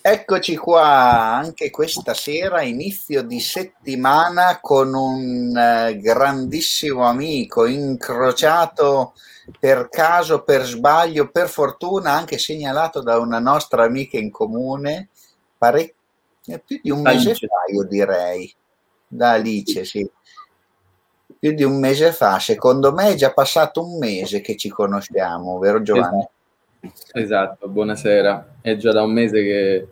Eccoci qua, anche questa sera, inizio di settimana con un grandissimo amico, incrociato per caso, per sbaglio, per fortuna, anche segnalato da una nostra amica in comune, più di un mese Alice. fa, io direi, da Alice, sì, più di un mese fa, secondo me è già passato un mese che ci conosciamo, vero Giovanni? Esatto, esatto, buonasera. È già da un mese che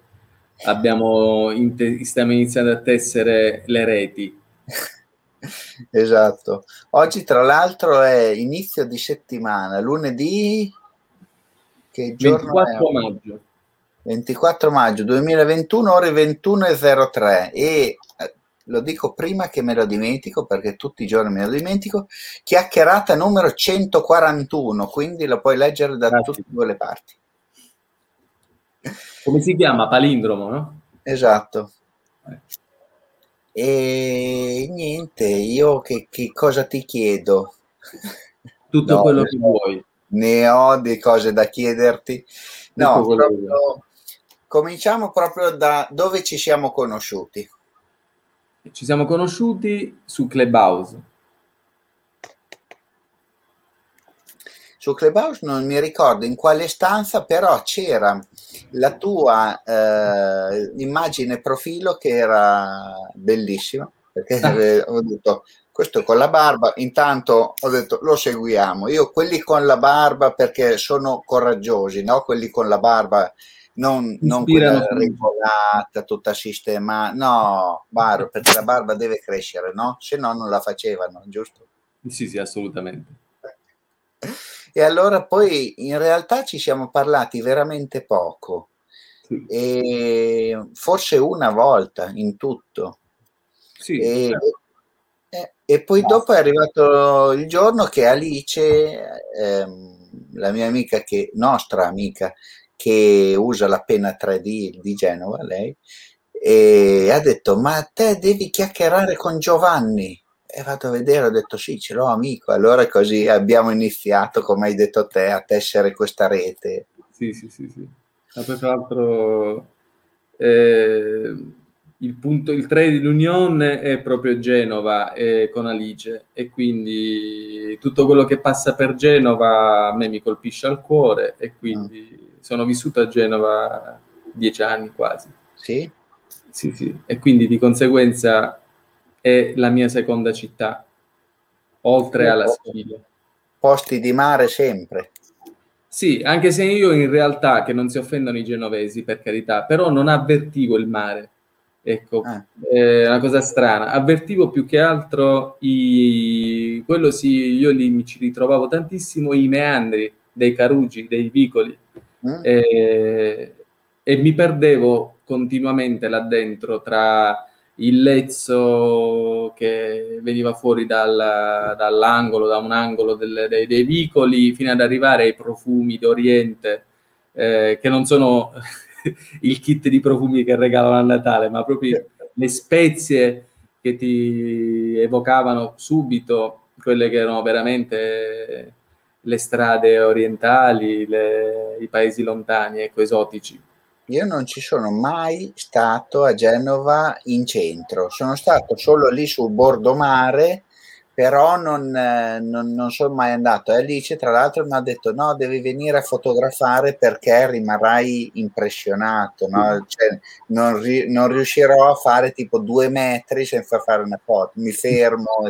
stiamo iniziando a tessere le reti. Esatto. Oggi tra l'altro è inizio di settimana, lunedì, che giorno è? 24 maggio. 24 maggio 2021, ore 21:03 lo dico prima che me lo dimentico perché tutti i giorni me lo dimentico, chiacchierata numero 141, quindi lo puoi leggere da tutte Grazie. e due le parti. Come si chiama? Palindromo, no? Esatto. Eh, E niente, io che cosa ti chiedo? Tutto No, quello che vuoi. ne ho di cose da chiederti. Tutto No, quello che vuoi. proprio, cominciamo proprio da dove ci siamo conosciuti. Ci siamo conosciuti su Clubhouse. Su Clubhouse non mi ricordo in quale stanza, però c'era la tua immagine profilo che era bellissima, perché Ah, ho detto questo con la barba, intanto ho detto lo seguiamo. Io quelli con la barba perché sono coraggiosi, no? Quelli con la barba, non quella ispirano fiducia. regolata, tutta sistemata, no, barba, perché la barba deve crescere, no? Se no non la facevano, giusto? Sì, sì, assolutamente. E allora poi in realtà ci siamo parlati veramente poco, Sì, e forse una volta in tutto. sì, E, e poi dopo è basta. arrivato il giorno che Alice, la mia amica, nostra amica, che usa la penna 3D di Genova, lei, e ha detto: Ma te devi chiacchierare con Giovanni. E vado a vedere, ho detto sì, ce l'ho amico. Allora così abbiamo iniziato, come hai detto te, a tessere questa rete. Sì, sì, sì, sì. Ma poi tra l'altro eh, il 3 di L'Union è proprio Genova con Alice e quindi tutto quello che passa per Genova a me mi colpisce al cuore e Mm. quindi sono vissuto a Genova 10 anni quasi. Sì? Sì, sì. E quindi di conseguenza è la mia seconda città, oltre alla Sicilia. Posti di mare sempre. Sì, anche se io in realtà, che non si offendono i genovesi per carità, però non avvertivo il mare. Ecco, Ah, è una cosa strana. Avvertivo più che altro quello sì, io lì mi ci ritrovavo tantissimo, i meandri dei carugi, dei vicoli, mm? e, e mi perdevo continuamente là dentro tra il lezzo che veniva fuori dall'angolo, da un angolo dei vicoli, fino ad arrivare ai profumi d'Oriente, che non sono il kit di profumi che regalano a Natale, ma proprio le spezie che ti evocavano subito quelle che erano veramente le strade orientali, i paesi lontani, ecco, esotici. Io non ci sono mai stato a Genova in centro, sono stato solo lì sul bordomare, però non sono mai andato. E Alice, tra l'altro, mi ha detto: No, devi venire a fotografare perché rimarrai impressionato, no? Cioè, non riuscirò a fare tipo 2 metri senza fare una foto, mi fermo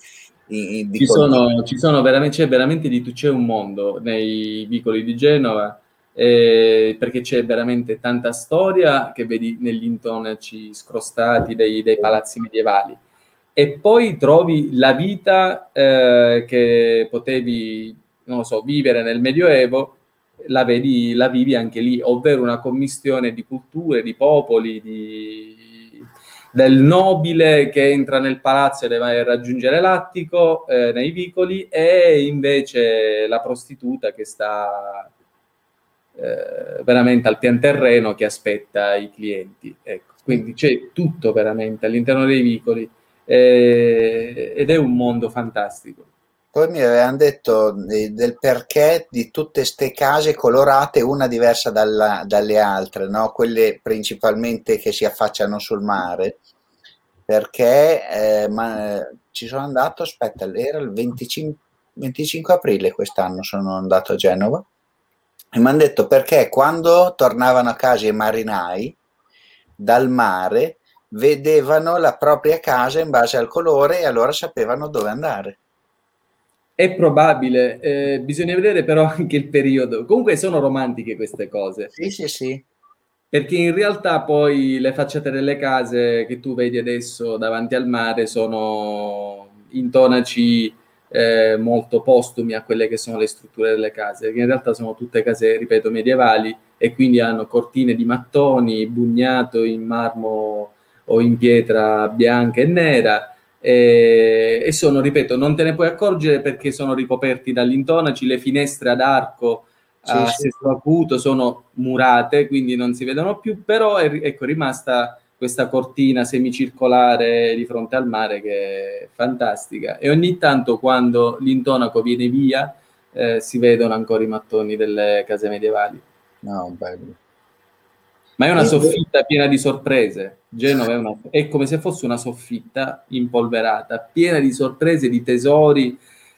di continuo. C'è veramente c'è un mondo nei vicoli di Genova, perché c'è veramente tanta storia che vedi negli intonaci scrostati dei palazzi medievali. E poi trovi la vita che potevi, non lo so, vivere nel Medioevo, la vivi anche lì, ovvero una commistione di culture, di popoli, del nobile che entra nel palazzo e deve raggiungere l'attico nei vicoli e invece la prostituta che sta veramente al pian terreno che aspetta i clienti. Ecco. Quindi c'è tutto veramente all'interno dei vicoli ed è un mondo fantastico. Poi mi avevano detto del perché di tutte ste case colorate, una diversa dalle altre, no? Quelle principalmente che si affacciano sul mare, perché ci sono andato, aspetta, era il 25 aprile quest'anno sono andato a Genova e mi hanno detto perché quando tornavano a casa i marinai dal mare vedevano la propria casa in base al colore e allora sapevano dove andare. È probabile, bisogna vedere però anche il periodo. Comunque sono romantiche queste cose, Sì, sì, sì. perché in realtà poi le facciate delle case che tu vedi adesso davanti al mare sono intonaci molto postumi a quelle che sono le strutture delle case, che in realtà sono tutte case, ripeto, medievali e quindi hanno cortine di mattoni, bugnato in marmo o in pietra bianca e nera. E sono, ripeto, non te ne puoi accorgere perché sono ricoperti dagli intonaci, le finestre ad arco Sì, a sì, sesto acuto sono murate, quindi non si vedono più, però è ecco, rimasta questa cortina semicircolare di fronte al mare che è fantastica. E ogni tanto quando l'intonaco viene via, si vedono ancora i mattoni delle case medievali. no, bello. Ma è E una inve- soffitta piena di sorprese. Genova è come se fosse una soffitta impolverata, piena di sorprese, di tesori.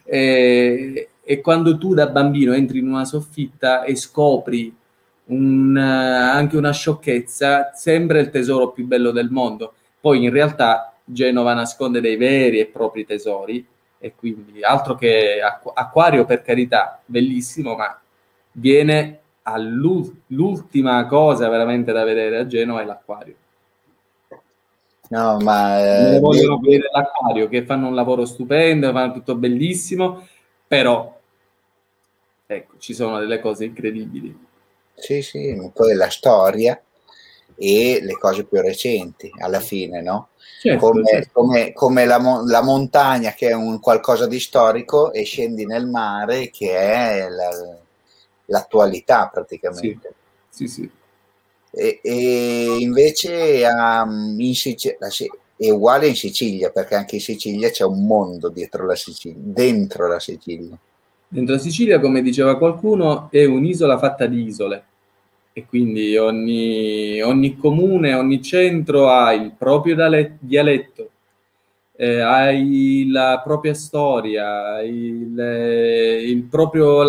E quando tu da bambino entri in una soffitta e scopri anche una sciocchezza, sembra il tesoro più bello del mondo. Poi in realtà Genova nasconde dei veri e propri tesori, e quindi altro che acquario, per carità, bellissimo, ma viene all'ultima cosa veramente da vedere a Genova è l'acquario. no, ma Me ne vogliono vedere l'acquario, che fanno un lavoro stupendo, fanno tutto bellissimo, però ecco, ci sono delle cose incredibili. sì, sì, ma poi la storia e le cose più recenti, alla fine, no? Certo, certo. Come la montagna che è un qualcosa di storico e scendi nel mare che è l'attualità Sì, praticamente. sì, sì. E invece è uguale in Sicilia, perché anche in Sicilia c'è un mondo dietro la Sicilia, dentro la Sicilia. Dentro Sicilia, come diceva qualcuno, è un'isola fatta di isole e quindi ogni comune, ogni centro ha il proprio dialetto, hai la propria storia, il proprio,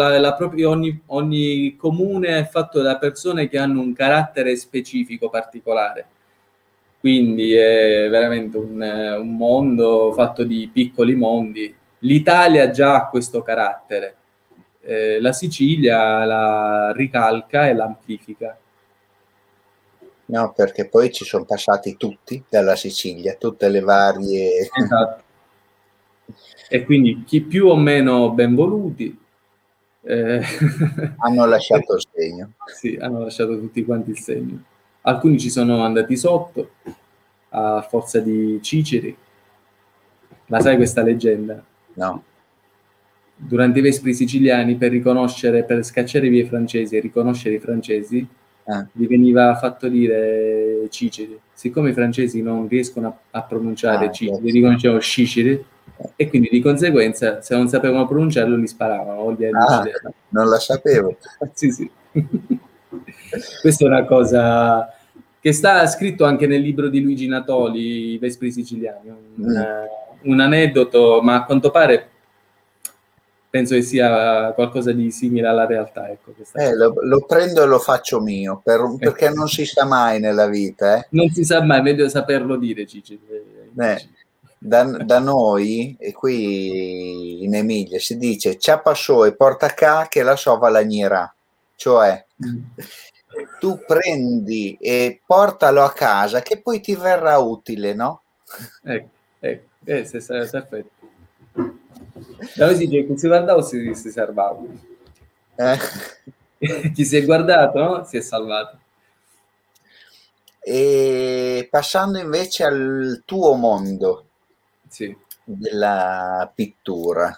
ogni comune è fatto da persone che hanno un carattere specifico particolare. Quindi è veramente un mondo fatto di piccoli mondi. L'Italia già ha questo carattere, la Sicilia la ricalca e l'amplifica. No, perché poi ci sono passati tutti dalla Sicilia, tutte le varie Esatto. E quindi chi più o meno ben voluti, eh, hanno lasciato il segno. sì, hanno lasciato tutti quanti il segno. Alcuni ci sono andati sotto a forza di Ciceri. La sai questa leggenda? No. Durante i Vespri siciliani, per scacciare via i francesi e riconoscere i francesi, Eh. gli veniva fatto dire Ciceri. Siccome i francesi non riescono a pronunciare Ah, Ciceri, riconoscevano Ciceri, e quindi di conseguenza, se non sapevano pronunciarlo, li sparavano o li ah, uccidevano. non la sapevo. Sì, sì. Questa è una cosa che sta scritto anche nel libro di Luigi Natoli, I Vespri siciliani, Mm. un aneddoto, ma a quanto pare penso che sia qualcosa di simile alla realtà, ecco, questa cosa. Lo prendo e lo faccio mio, perché non si sa mai nella vita, eh. Non si sa mai, meglio saperlo dire, Cici, Eh, invece. da noi, e qui in Emilia, si dice ciapassò e porta ca che la sova lagnerà, cioè Mm. tu prendi e portalo a casa che poi ti verrà utile, no? Ecco, ecco, perfetto. Da noi si dice che si guardava o si salvava. Eh? Chi si è guardato, no? Si è salvato. E passando invece al tuo mondo Sì. della pittura,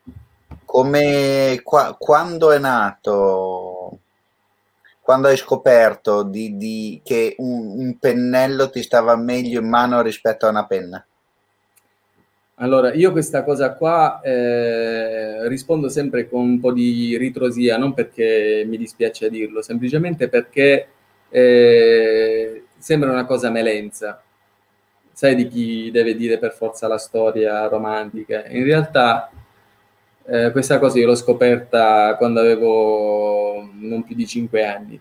quando è nato, quando hai scoperto che un pennello ti stava meglio in mano rispetto a una penna? Allora, io questa cosa qua rispondo sempre con un po' di ritrosia, non perché mi dispiace dirlo, semplicemente perché sembra una cosa melenza. Sai di chi deve dire per forza la storia romantica? In realtà questa cosa io l'ho scoperta quando avevo non più di 5 anni.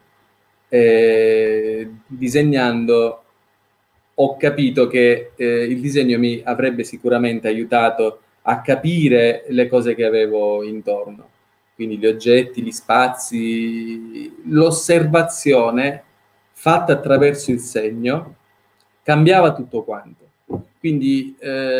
Disegnando ho capito che il disegno mi avrebbe sicuramente aiutato a capire le cose che avevo intorno, quindi gli oggetti, gli spazi, l'osservazione fatta attraverso il segno cambiava tutto quanto. Quindi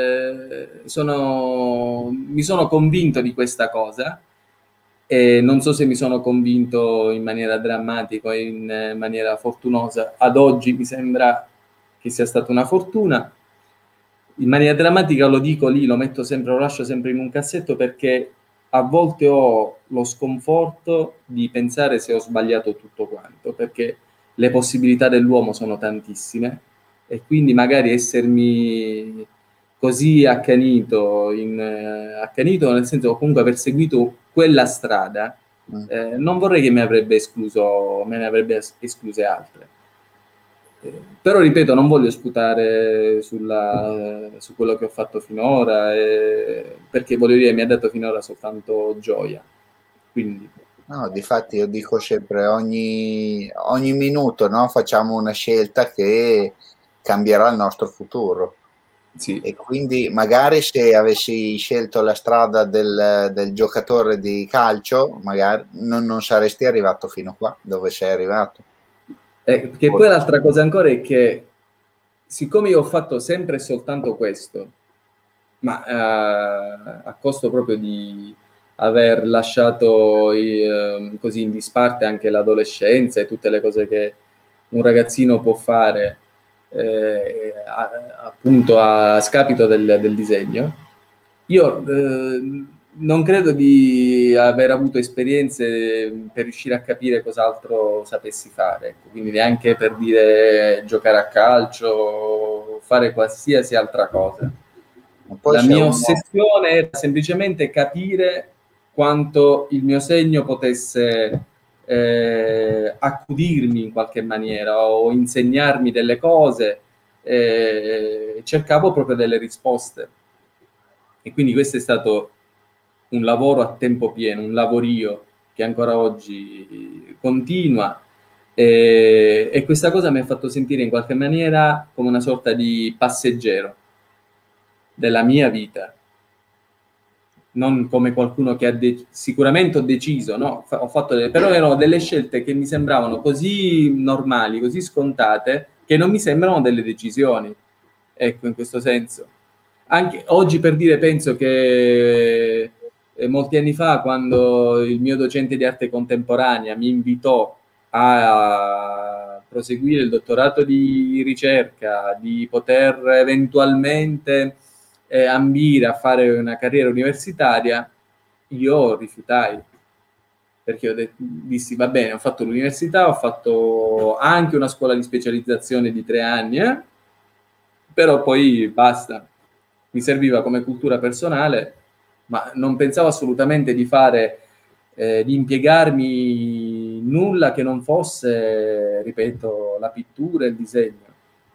mi sono convinto di questa cosa e non so se mi sono convinto in maniera drammatica o in maniera fortunosa. Ad oggi mi sembra che sia stata una fortuna. In maniera drammatica lo dico lì, lo metto sempre, lo lascio sempre in un cassetto perché a volte ho lo sconforto di pensare se ho sbagliato tutto quanto, perché le possibilità dell'uomo sono tantissime e quindi magari essermi così accanito, accanito nel senso che comunque aver seguito quella strada, non vorrei che me ne avrebbe escluse altre. Però ripeto, non voglio sputare su quello che ho fatto finora, perché voglio dire, mi ha dato finora soltanto gioia. Quindi, No, difatti io dico sempre, ogni minuto, no, facciamo una scelta che cambierà il nostro futuro. sì. E quindi magari se avessi scelto la strada del giocatore di calcio, magari non saresti arrivato fino qua, dove sei arrivato. Che poi l'altra cosa ancora è che, siccome io ho fatto sempre e soltanto questo, ma a costo proprio di aver lasciato così in disparte anche l'adolescenza e tutte le cose che un ragazzino può fare appunto a scapito del disegno, io non credo di aver avuto esperienze per riuscire a capire cos'altro sapessi fare, ecco. Quindi neanche per dire giocare a calcio, fare qualsiasi altra cosa. Ma poi La se mia uno, ossessione era semplicemente capire quanto il mio segno potesse accudirmi in qualche maniera o insegnarmi delle cose. Cercavo proprio delle risposte. E quindi questo è stato un lavoro a tempo pieno, un lavorio che ancora oggi continua e questa cosa mi ha fatto sentire in qualche maniera come una sorta di passeggero della mia vita, non come qualcuno che sicuramente ho deciso, no? Però erano delle scelte che mi sembravano così normali, così scontate, che non mi sembrano delle decisioni. Ecco, in questo senso. Anche oggi per dire, penso che molti anni fa, quando il mio docente di arte contemporanea mi invitò a proseguire il dottorato di ricerca, di poter eventualmente ambire a fare una carriera universitaria, io rifiutai perché dissi va bene, ho fatto l'università, ho fatto anche una scuola di specializzazione di 3 anni, però poi basta, mi serviva come cultura personale, ma non pensavo assolutamente di fare, di impiegarmi in nulla che non fosse, ripeto, la pittura e il disegno.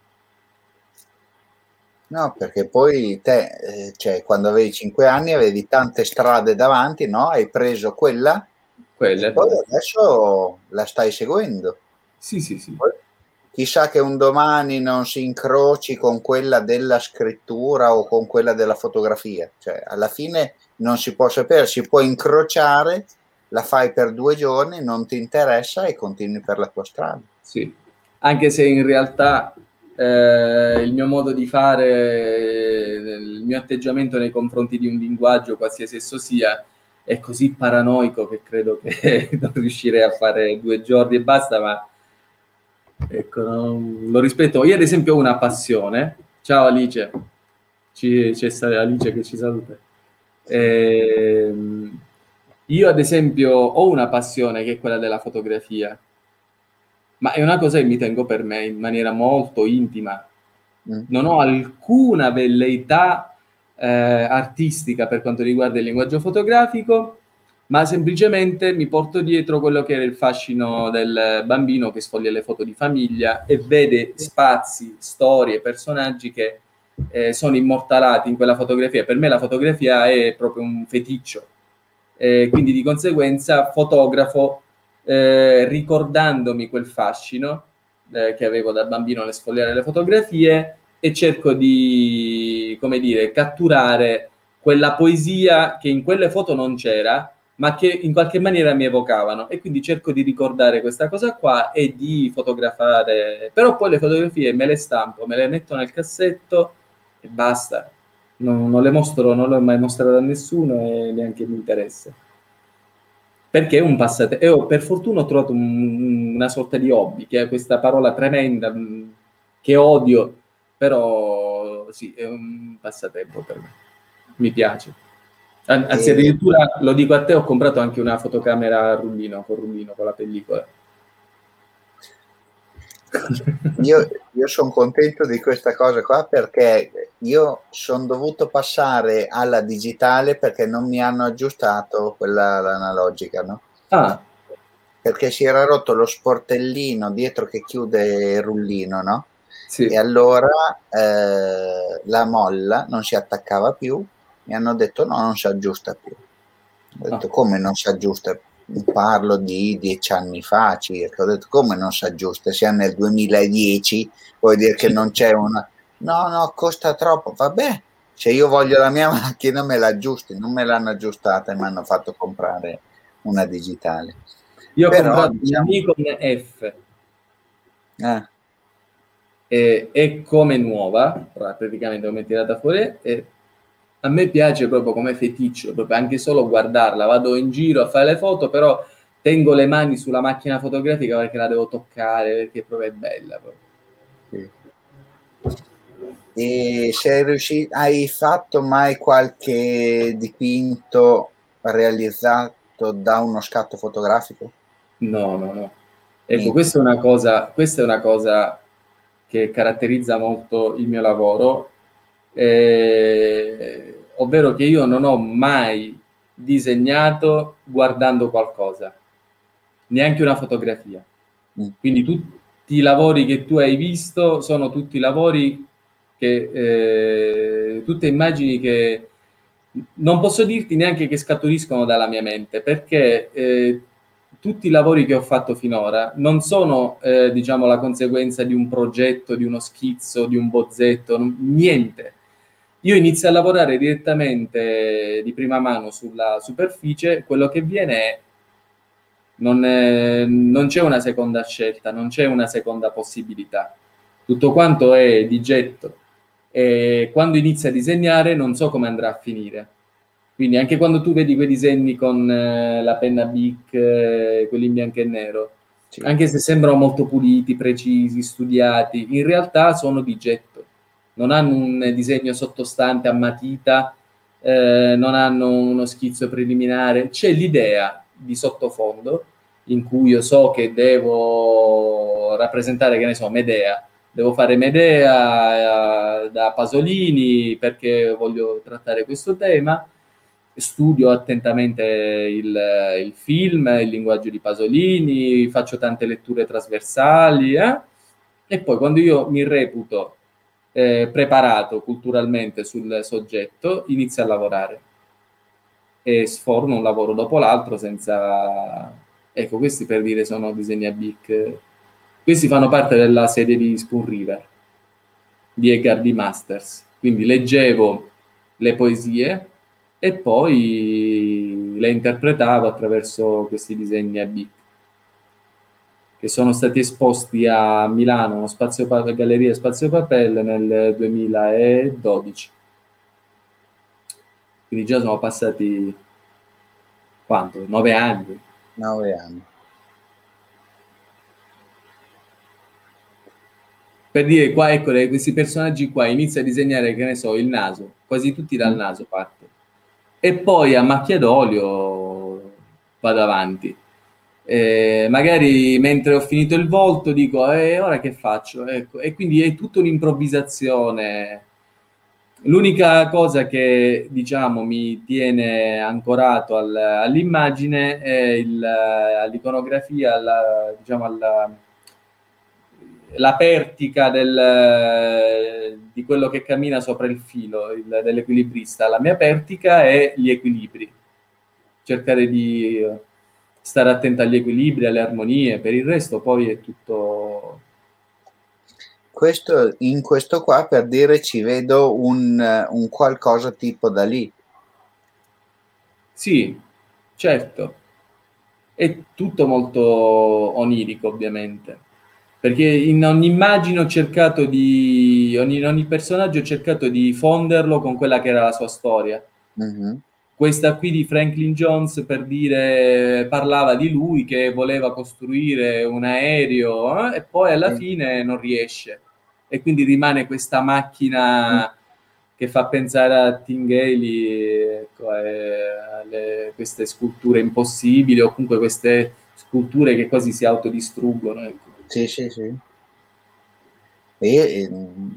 no, perché poi te, cioè, quando avevi 5 anni avevi tante strade davanti, no? Hai preso quella e Quelle, poi adesso la stai seguendo. sì, sì, sì. Poi chissà che un domani non si incroci con quella della scrittura o con quella della fotografia. Cioè, alla fine non si può sapere, si può incrociare, la fai per 2 giorni, non ti interessa e continui per la tua strada. Sì, anche se in realtà il mio modo di fare, il mio atteggiamento nei confronti di un linguaggio, qualsiasi esso sia, è così paranoico che credo che non riuscirei a fare 2 giorni e basta, ma ecco, lo rispetto. Io ad esempio ho una passione. Ciao Alice, c'è Alice che ci saluta. Io ad esempio ho una passione che è quella della fotografia, ma è una cosa che mi tengo per me in maniera molto intima. Mm. Non ho alcuna velleità artistica per quanto riguarda il linguaggio fotografico, ma semplicemente mi porto dietro quello che era il fascino del bambino che sfoglia le foto di famiglia e vede spazi, storie, personaggi che sono immortalati in quella fotografia. Per me la fotografia è proprio un feticcio, quindi di conseguenza fotografo ricordandomi quel fascino che avevo da bambino nel sfogliare le fotografie, e cerco di, come dire, catturare quella poesia che in quelle foto non c'era, ma che in qualche maniera mi evocavano, e quindi cerco di ricordare questa cosa qua e di fotografare, però poi le fotografie me le stampo, me le metto nel cassetto e basta. Non le mostro, non le ho mai mostrate a nessuno e neanche mi interessa. Perché è un passatempo. E per fortuna ho trovato una sorta di hobby, che è questa parola tremenda che odio, però sì, è un passatempo per me. Mi piace. Anzi, E addirittura lo dico a te, ho comprato anche una fotocamera a rullino, con la pellicola. io sono contento di questa cosa qua, perché io sono dovuto passare alla digitale perché non mi hanno aggiustato quella l'analogica, no? Ah, Perché si era rotto lo sportellino dietro che chiude il rullino, no? E sì. allora la molla non si attaccava più, mi hanno detto no, non si aggiusta più. Ho Ah. detto come non si aggiusta? Parlo di 10 anni fa circa. Ho detto come non si aggiusta? Siamo nel 2010, vuol dire che non c'è una... No, no, costa troppo. Vabbè, se io voglio la mia macchina me la aggiusti, non me l'hanno aggiustata e mi hanno fatto comprare una digitale. Io ho Però comprato un diciamo, Nikon F, eh, è come nuova, praticamente come tirata fuori, e a me piace proprio come feticcio, proprio anche solo guardarla. Vado in giro a fare le foto, però tengo le mani sulla macchina fotografica perché la devo toccare, perché proprio è bella. Proprio. sì. E sei riuscito, hai fatto mai qualche dipinto realizzato da uno scatto fotografico? No, no, no. Ecco, Niente. questa è una cosa che caratterizza molto il mio lavoro, ovvero che io non ho mai disegnato guardando qualcosa, neanche una fotografia. Mm. Quindi tutti i lavori che tu hai visto sono tutti lavori che, tutte immagini che non posso dirti neanche che scaturiscono dalla mia mente, perché tutti i lavori che ho fatto finora non sono, diciamo, la conseguenza di un progetto, di uno schizzo, di un bozzetto, niente. Io inizio a lavorare direttamente di prima mano sulla superficie, quello che viene è non c'è una seconda scelta, non c'è una seconda possibilità. Tutto quanto è di getto. E quando inizi a disegnare non so come andrà a finire. Quindi anche quando tu vedi quei disegni con la penna Bic, quelli in bianco e nero, Sì. anche se sembrano molto puliti, precisi, studiati, in realtà sono di getto. Non hanno un disegno sottostante a matita, non hanno uno schizzo preliminare, c'è l'idea di sottofondo in cui io so che devo rappresentare, che ne so, Medea. Devo fare Medea da Pasolini perché voglio trattare questo tema. Studio attentamente il film, il linguaggio di Pasolini, faccio tante letture trasversali, e poi quando io mi reputo preparato culturalmente sul soggetto, inizio a lavorare e sforno un lavoro dopo l'altro senza... Ecco, questi per dire sono disegni a Bic. Questi fanno parte della serie di Spoon River di Edgar D. Masters. Quindi leggevo le poesie e poi le interpretavo attraverso questi disegni a Bic che sono stati esposti a Milano, Galleria Spazio Papel nel 2012. Quindi già sono passati quanto? 9 anni. 9 anni. Per dire qua, ecco, questi personaggi qua inizia a disegnare, che ne so, il naso, quasi tutti dal Mm. naso parte. E poi a macchia d'olio vado avanti. Magari mentre ho finito il volto dico, ora che faccio? Ecco, e quindi è tutta un'improvvisazione. L'unica cosa che, diciamo, mi tiene ancorato all'immagine è all'iconografia, diciamo, la pertica di quello che cammina sopra il filo, dell'equilibrista. La mia pertica è gli equilibri, cercare di stare attento agli equilibri, alle armonie, per il resto poi è tutto... In questo qua, per dire, ci vedo un qualcosa tipo da lì. Sì, certo. È tutto molto onirico, ovviamente, perché in ogni immagine ho cercato in ogni personaggio ho cercato di fonderlo con quella che era la sua storia. Mhm. Questa qui di Franklin Jones, per dire, parlava di lui che voleva costruire un aereo, e poi alla Sì. fine non riesce. E quindi rimane questa Mm. macchina che fa pensare a Tingheli, ecco, queste sculture impossibili, o comunque queste sculture che quasi si autodistruggono. Ecco. Sì, sì, sì. E,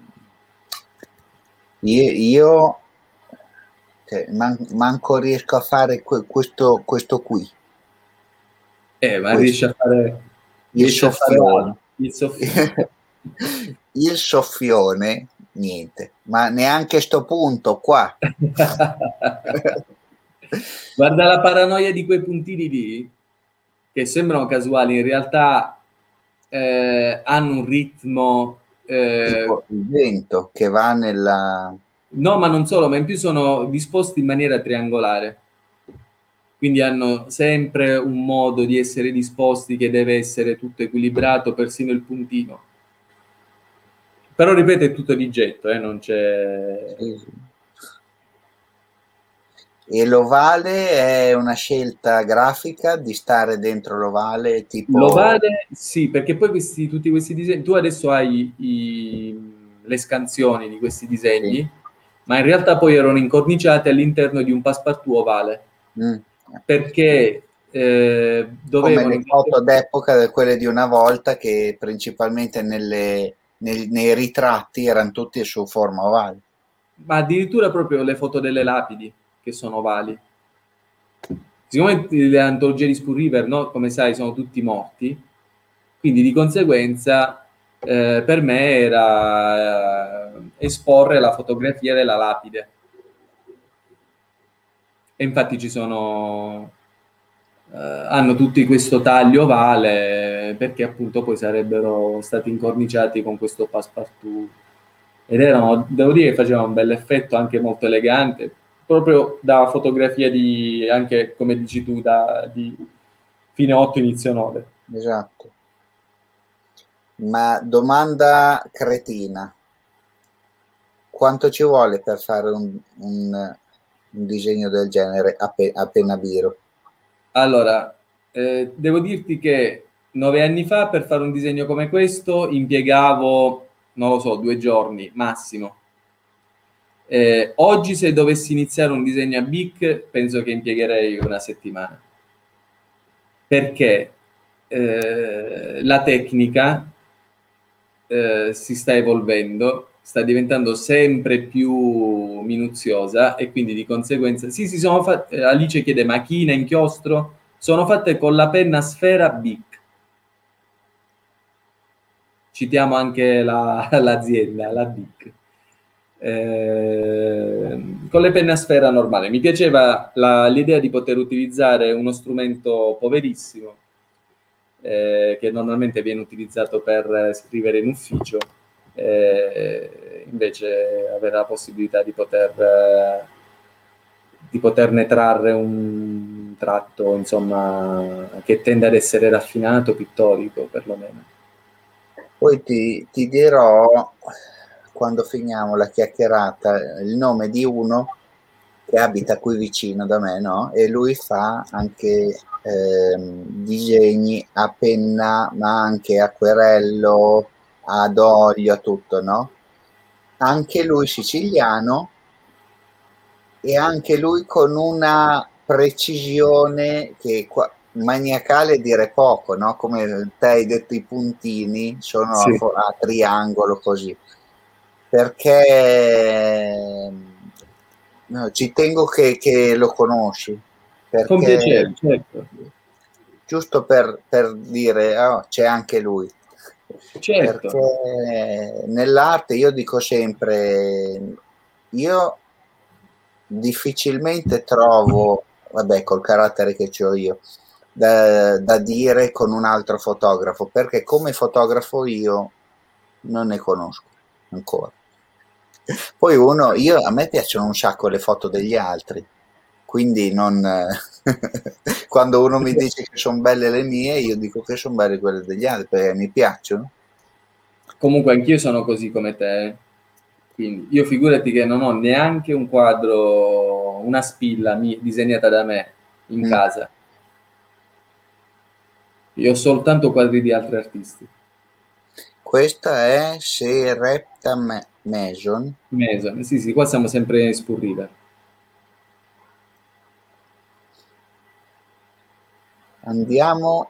io cioè, manco riesco a fare questo qui, Ma riesce a questo, fare, il riesce a fare soffione. altro, il soffione. Il soffione, niente, ma neanche sto punto qua. Guarda la paranoia di quei puntini lì, che sembrano casuali, in realtà hanno un ritmo. Tipo il vento che va nella... No, ma non solo, ma in più sono disposti in maniera triangolare. Quindi hanno sempre un modo di essere disposti che deve essere tutto equilibrato, persino il puntino. Però ripeto, è tutto di getto, non c'è... Sì, sì. E l'ovale è una scelta grafica di stare dentro l'ovale, tipo... L'ovale, sì, perché poi tutti questi disegni, tu adesso hai le scansioni di questi Sì. disegni, ma in realtà poi erano incorniciati all'interno di un passepartout ovale, Mm. perché Come dovevano... le foto d'epoca, quelle di una volta, che principalmente nei ritratti erano tutti su forma ovale. Ma addirittura proprio le foto delle lapidi, che sono ovali. Siccome le antologie di Spoon River, no, come sai, sono tutti morti, quindi di conseguenza per me era esporre la fotografia della lapide. E infatti hanno tutti questo taglio ovale perché appunto poi sarebbero stati incorniciati con questo passepartout. Ed erano, devo dire, che facevano un bel effetto, anche molto elegante, proprio da fotografia di, anche come dici tu, di fine 8, inizio 9. Esatto. Ma domanda cretina. Quanto ci vuole per fare un disegno del genere a penna biro? Allora, devo dirti che 9 anni fa per fare un disegno come questo impiegavo, non lo so, 2 giorni massimo. Oggi se dovessi iniziare un disegno a Bic penso che impiegherei una settimana, perché la tecnica si sta evolvendo, sta diventando sempre più minuziosa e quindi di conseguenza sì, sono fatte, Alice chiede macchina, inchiostro, sono fatte con la penna sfera Bic. Citiamo anche l'azienda, la Bic. Con le penne a sfera normale. Mi piaceva l'idea di poter utilizzare uno strumento poverissimo che normalmente viene utilizzato per scrivere in ufficio, invece avere la possibilità di poterne trarre un tratto, insomma, che tende ad essere raffinato, pittorico perlomeno. Poi ti dirò, quando finiamo la chiacchierata, il nome di uno che abita qui vicino da me, no? E lui fa anche disegni a penna, ma anche acquerello, ad olio, a tutto, no? Anche lui siciliano e anche lui con una precisione che maniacale dire poco, no? Come te hai detto, i puntini sono Sì. a triangolo così. perché no, ci tengo che lo conosci, Con perché piacere, certo, giusto per dire, "Oh, c'è anche lui." certo. Perché nell'arte io dico sempre, io difficilmente trovo, vabbè, col carattere che ho io, da dire con un altro fotografo, perché come fotografo io non ne conosco ancora. Poi a me piacciono un sacco le foto degli altri, quindi non, quando uno mi dice che sono belle le mie, io dico che sono belle quelle degli altri, perché mi piacciono. Comunque anch'io sono così come te, eh. Quindi io figurati che non ho neanche un quadro, una spilla disegnata da me in Mm. casa. Io ho soltanto quadri di altri artisti. Questa è Serepta Mason. Mason, sì, sì, qua siamo sempre in Spurriver. Andiamo.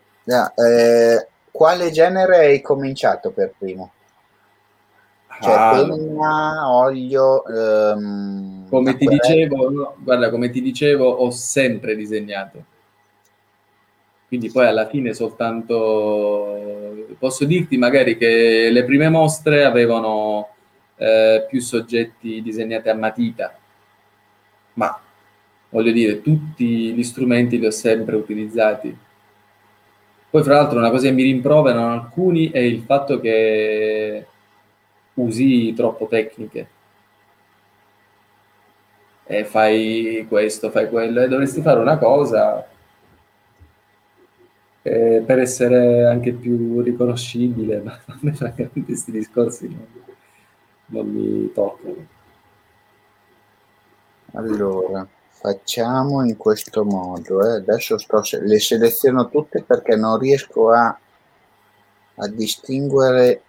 Quale genere hai cominciato per primo? Cioè Ah, no. penna, olio, Come ti acquerello? dicevo, no, guarda, come ti dicevo, ho sempre disegnato. Quindi poi alla fine soltanto posso dirti magari che le prime mostre avevano più soggetti disegnati a matita, ma voglio dire, tutti gli strumenti li ho sempre utilizzati. Poi, fra l'altro, una cosa che mi rimproverano alcuni è il fatto che usi troppo tecniche e fai questo, fai quello, e dovresti fare una cosa per essere anche più riconoscibile, ma a me francamente questi discorsi non mi toccano. Allora, facciamo in questo modo. Adesso le seleziono tutte perché non riesco a distinguere,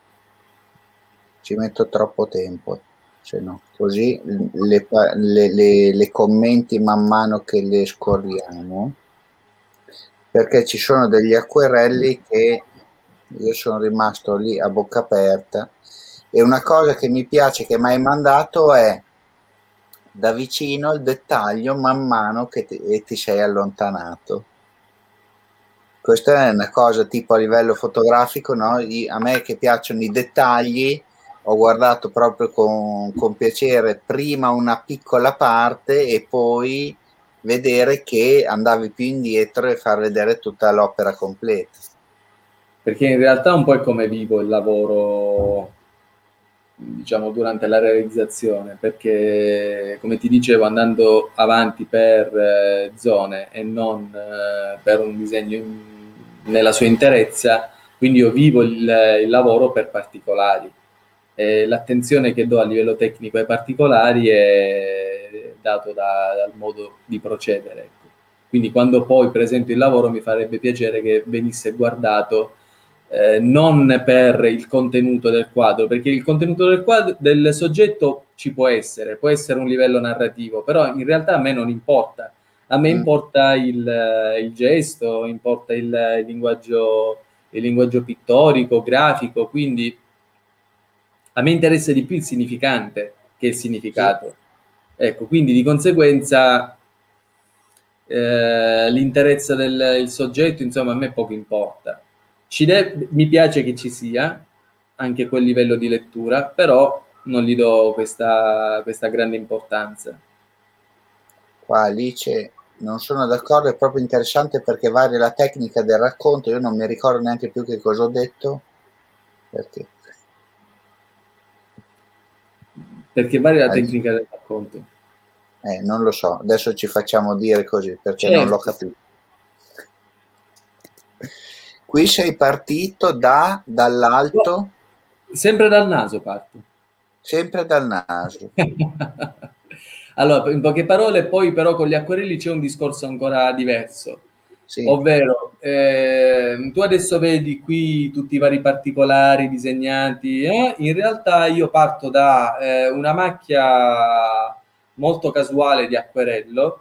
ci metto troppo tempo, se no, così le commenti man mano che le scorriamo, perché ci sono degli acquerelli che io sono rimasto lì a bocca aperta. E una cosa che mi piace che mi hai mandato è da vicino il dettaglio man mano che ti sei allontanato. Questa è una cosa tipo a livello fotografico, no? A me che piacciono i dettagli, ho guardato proprio con piacere prima una piccola parte e poi vedere che andavi più indietro e far vedere tutta l'opera completa. Perché in realtà un po' è come vivo il lavoro, diciamo, durante la realizzazione, perché come ti dicevo, andando avanti per zone e non per un disegno nella sua interezza, quindi io vivo il lavoro per particolari. E l'attenzione che do a livello tecnico ai particolari è dato dal modo di procedere. Ecco. Quindi quando poi presento il lavoro mi farebbe piacere che venisse guardato non per il contenuto del quadro, perché il contenuto del soggetto ci può essere un livello narrativo, però in realtà a me non importa. A me Mm. importa il gesto, importa il linguaggio pittorico, grafico, quindi a me interessa di più il significante che il Sì. significato. Ecco, quindi di conseguenza l'interezza del il soggetto, insomma, a me poco importa. Mi piace che ci sia anche quel livello di lettura, però non gli do questa grande importanza. Qua Alice non sono d'accordo, è proprio interessante perché varia la tecnica del racconto, io non mi ricordo neanche più che cosa ho detto, perché Perché varia la Alice, tecnica del racconto. non lo so, adesso ci facciamo dire così perché non l'ho Certo, capito. Qui sei partito dall'alto, sempre dal naso parto. sempre dal naso. Allora, in poche parole, poi però con gli acquerelli c'è un discorso ancora diverso, Sì, ovvero tu adesso vedi qui tutti i vari particolari disegnati, in realtà io parto da una macchia molto casuale di acquerello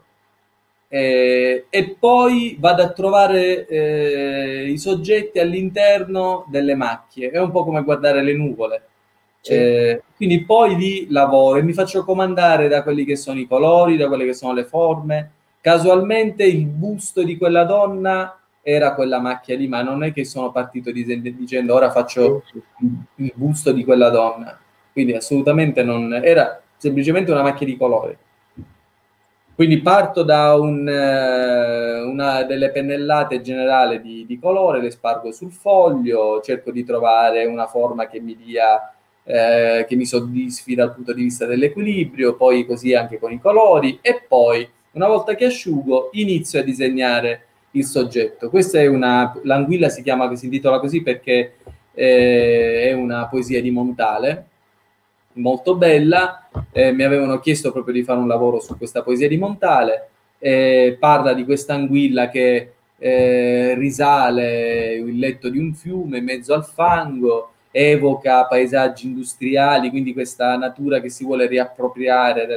e poi vado a trovare i soggetti all'interno delle macchie, è un po' come guardare le nuvole. Quindi poi lì lavoro e mi faccio comandare da quelli che sono i colori, da quelle che sono le forme. Casualmente il busto di quella donna era quella macchia lì, ma non è che sono partito dicendo ora faccio il busto di quella donna. Quindi assolutamente non era semplicemente una macchia di colore. Quindi parto da una delle pennellate generali di colore, le spargo sul foglio, cerco di trovare una forma che mi dia, che mi soddisfi dal punto di vista dell'equilibrio, poi così anche con i colori, e poi una volta che asciugo inizio a disegnare il soggetto. Questa è l'anguilla si intitola così perché è una poesia di Montale, molto bella. Mi avevano chiesto proprio di fare un lavoro su questa poesia di Montale. Parla di questa anguilla che risale il letto di un fiume in mezzo al fango, evoca paesaggi industriali, quindi questa natura che si vuole riappropriare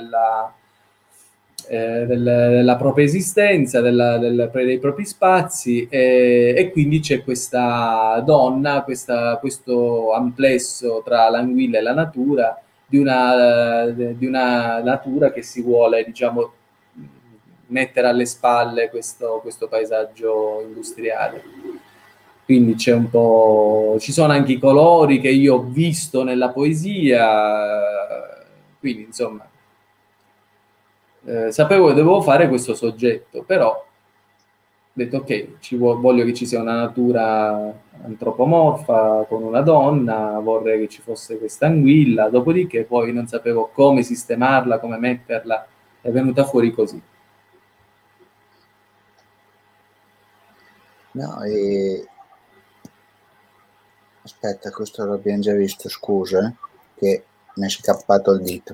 della propria esistenza, dei propri spazi, e quindi c'è questa donna, questo amplesso tra l'anguilla e la natura, di una natura che si vuole, diciamo, mettere alle spalle questo paesaggio industriale. Quindi c'è un po', ci sono anche i colori che io ho visto nella poesia, quindi insomma sapevo che dovevo fare questo soggetto, però ho detto ok, voglio che ci sia una natura antropomorfa con una donna, vorrei che ci fosse questa anguilla, dopodiché poi non sapevo come sistemarla, come metterla, è venuta fuori così. No, aspetta, questo l'abbiamo già visto, scusa, che mi è scappato il dito.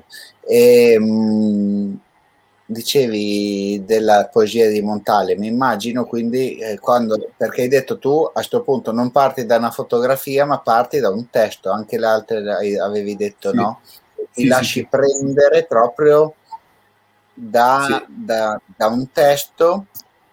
Dicevi della poesia di Montale, mi immagino quindi perché hai detto tu a questo punto non parti da una fotografia ma parti da un testo, anche le altre avevi detto sì. no? Ti sì, lasci sì. prendere proprio da un testo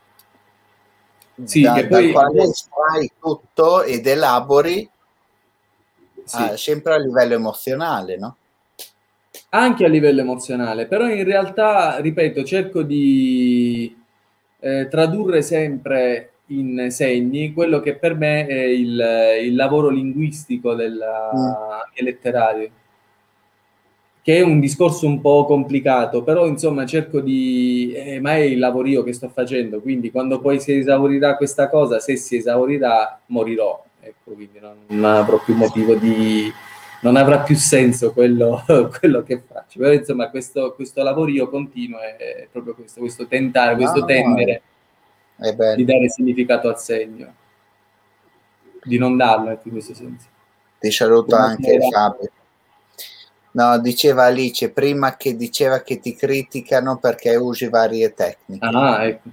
che dal poi quale estrai tutto ed elabori sempre a livello emozionale, no? Anche a livello emozionale, però in realtà, ripeto, cerco di tradurre sempre in segni quello che per me è il lavoro linguistico anche letterario, che è un discorso un po' complicato, però insomma cerco ma è il lavorio che sto facendo, quindi quando poi si esaurirà questa cosa, se si esaurirà, morirò, ecco, quindi non avrò più motivo non avrà più senso quello che faccio, però insomma questo lavorio continuo è proprio questo tentare, questo tendere di dare significato al segno, di non darlo, ecco, in questo senso. Ti saluto anche Fabio. No, diceva Alice prima che diceva che ti criticano perché usi varie tecniche. Ah, ecco.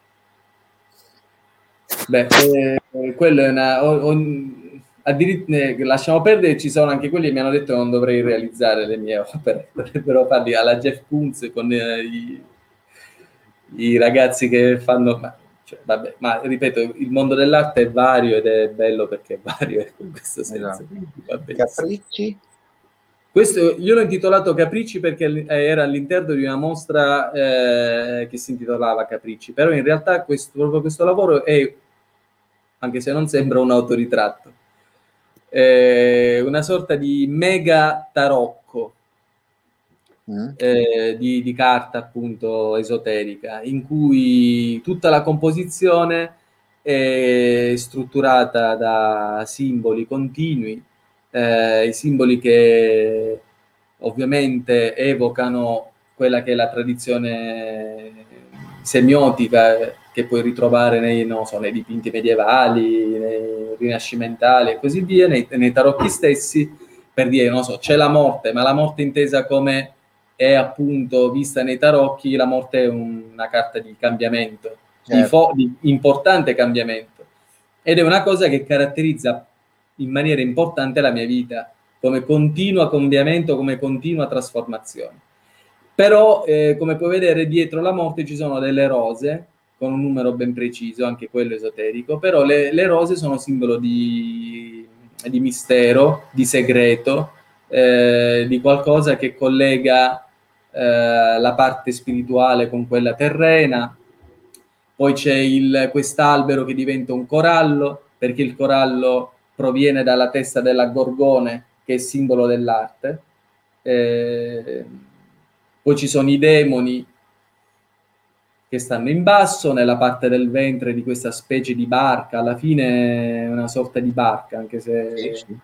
Beh, quello è lasciamo perdere, ci sono anche quelli che mi hanno detto che non dovrei realizzare le mie opere, dovrebbero farli alla Jeff Koons con i ragazzi che fanno... vabbè, ma ripeto, il mondo dell'arte è vario ed è bello perché è vario, in questo senso. Esatto. Capricci? Questo io l'ho intitolato Capricci perché era all'interno di una mostra che si intitolava Capricci, però in realtà proprio questo lavoro è, anche se non sembra, un autoritratto, una sorta di mega tarocco di carta appunto esoterica, in cui tutta la composizione è strutturata da simboli continui, i simboli che ovviamente evocano quella che è la tradizione semiotica che puoi ritrovare nei dipinti medievali, nei rinascimentali e così via, nei tarocchi stessi, per dire, non so, c'è la morte, ma la morte intesa come è appunto vista nei tarocchi, la morte è una carta di cambiamento, di importante cambiamento, ed è una cosa che caratterizza in maniera importante la mia vita, come continuo cambiamento, come continua trasformazione. Però, come puoi vedere, dietro la morte ci sono delle rose, con un numero ben preciso, anche quello esoterico, però le rose sono simbolo di mistero, di segreto, di qualcosa che collega la parte spirituale con quella terrena. Poi c'è quest'albero che diventa un corallo, perché il corallo proviene dalla testa della Gorgone, che è simbolo dell'arte. Poi ci sono i demoni che stanno in basso, nella parte del ventre di questa specie di barca, alla fine è una sorta di barca, anche se Sì.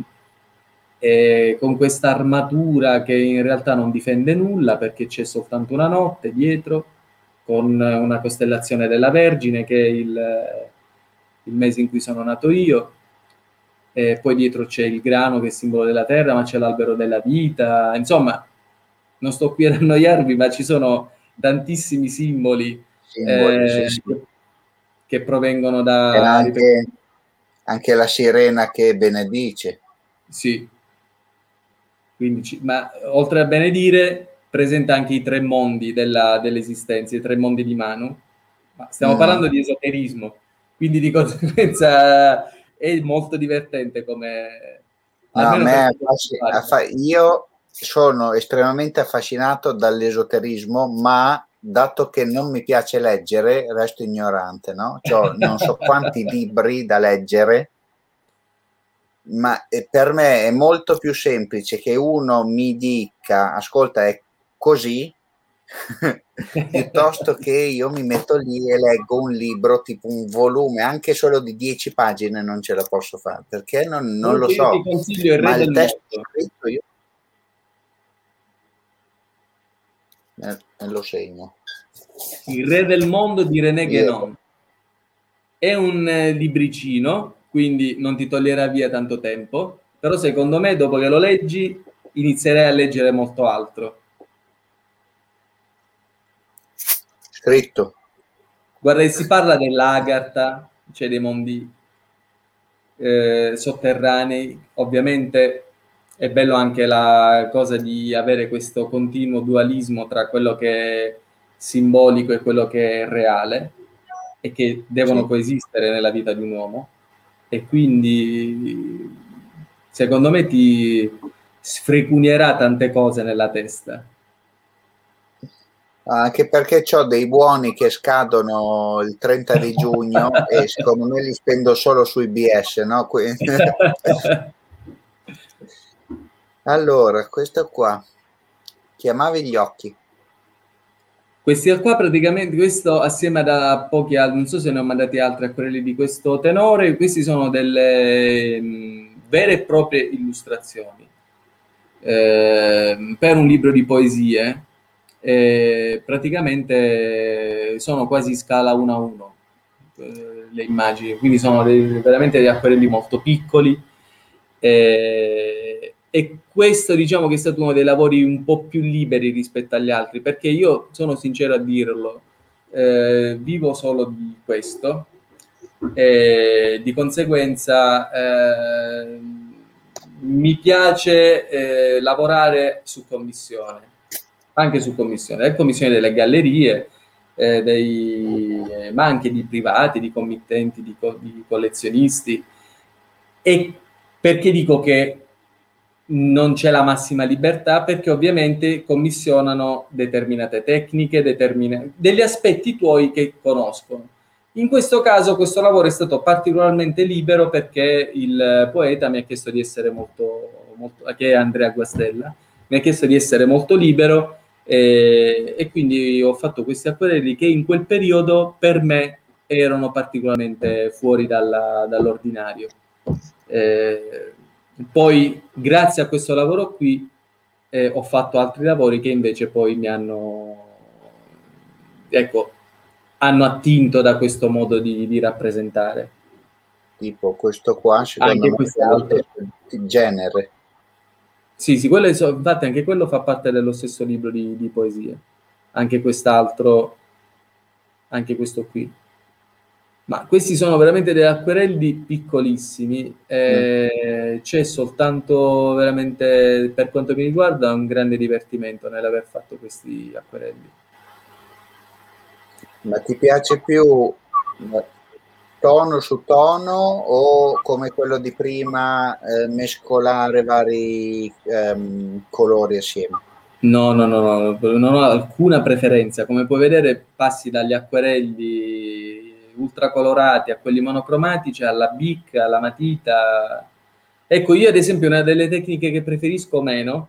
con questa armatura che in realtà non difende nulla, perché c'è soltanto una notte dietro, con una costellazione della Vergine, che è il mese in cui sono nato io, e poi dietro c'è il grano, che è simbolo della terra, ma c'è l'albero della vita. Insomma, non sto qui ad annoiarvi, ma ci sono tantissimi simboli Simboli, sì, sì. che provengono Era da... anche la sirena che benedice. Sì. Quindi, ma oltre a benedire, presenta anche i tre mondi dell'esistenza, i tre mondi di Manu. Ma stiamo parlando di esoterismo, quindi di conseguenza è molto divertente come... No, a almeno per me me. io sono estremamente affascinato dall'esoterismo, ma dato che non mi piace leggere, resto ignorante, no? Cioè, non so quanti libri da leggere, ma per me è molto più semplice che uno mi dica, ascolta, è così, piuttosto che io mi metto lì e leggo un libro, tipo un volume, anche solo di 10 pagine non ce la posso fare, perché non lo Comunque io ti so, consiglio Il Re ma il del testo Mondo. scritto io lo segno. Il Re del Mondo di René Io, Guénon. È un libricino, quindi non ti toglierà via tanto tempo, però secondo me dopo che lo leggi inizierai a leggere molto altro. scritto. Guarda, si parla dell'Agartha, cioè dei mondi sotterranei. Ovviamente è bello anche la cosa di avere questo continuo dualismo tra quello che è simbolico e quello che è reale, e che devono Sì. coesistere nella vita di un uomo. E quindi secondo me ti sfrecunierà tante cose nella testa. Anche perché ho dei buoni che scadono il 30 di giugno e secondo me li spendo solo sui BS, no? Allora, questo qua, chiamavi gli occhi. Questi qua praticamente, questo assieme a pochi altri, non so se ne ho mandati altri a quelli di questo tenore, questi sono delle vere e proprie illustrazioni per un libro di poesie. Praticamente sono quasi scala 1 a 1 le immagini, quindi sono veramente degli acquerelli molto piccoli, e questo diciamo che è stato uno dei lavori un po' più liberi rispetto agli altri, perché io sono sincero a dirlo, vivo solo di questo, e di conseguenza mi piace lavorare su commissione, anche su commissione, e commissione delle gallerie, ma anche di privati, di committenti, di collezionisti. E perché dico che non c'è la massima libertà? Perché ovviamente commissionano determinate tecniche, degli aspetti tuoi che conoscono. In questo caso questo lavoro è stato particolarmente libero, perché il poeta mi ha chiesto di essere che è Andrea Guastella, mi ha chiesto di essere molto libero, e quindi ho fatto questi acquerelli che in quel periodo per me erano particolarmente fuori dall'ordinario. Poi grazie a questo lavoro qui ho fatto altri lavori che invece poi ecco, hanno attinto da questo modo di rappresentare. Tipo questo qua, secondo Anche me, è lo quest'altro. stesso genere. Sì, infatti anche quello fa parte dello stesso libro di poesie. Anche quest'altro, anche questo qui. Ma questi sono veramente degli acquerelli piccolissimi, c'è soltanto veramente, per quanto mi riguarda, un grande divertimento nell'aver fatto questi acquerelli. Ma ti piace più tono su tono, o come quello di prima mescolare vari colori assieme? No, non ho alcuna preferenza. Come puoi vedere, passi dagli acquerelli ultracolorati a quelli monocromatici, alla bic, alla matita. Ecco, io ad esempio una delle tecniche che preferisco meno,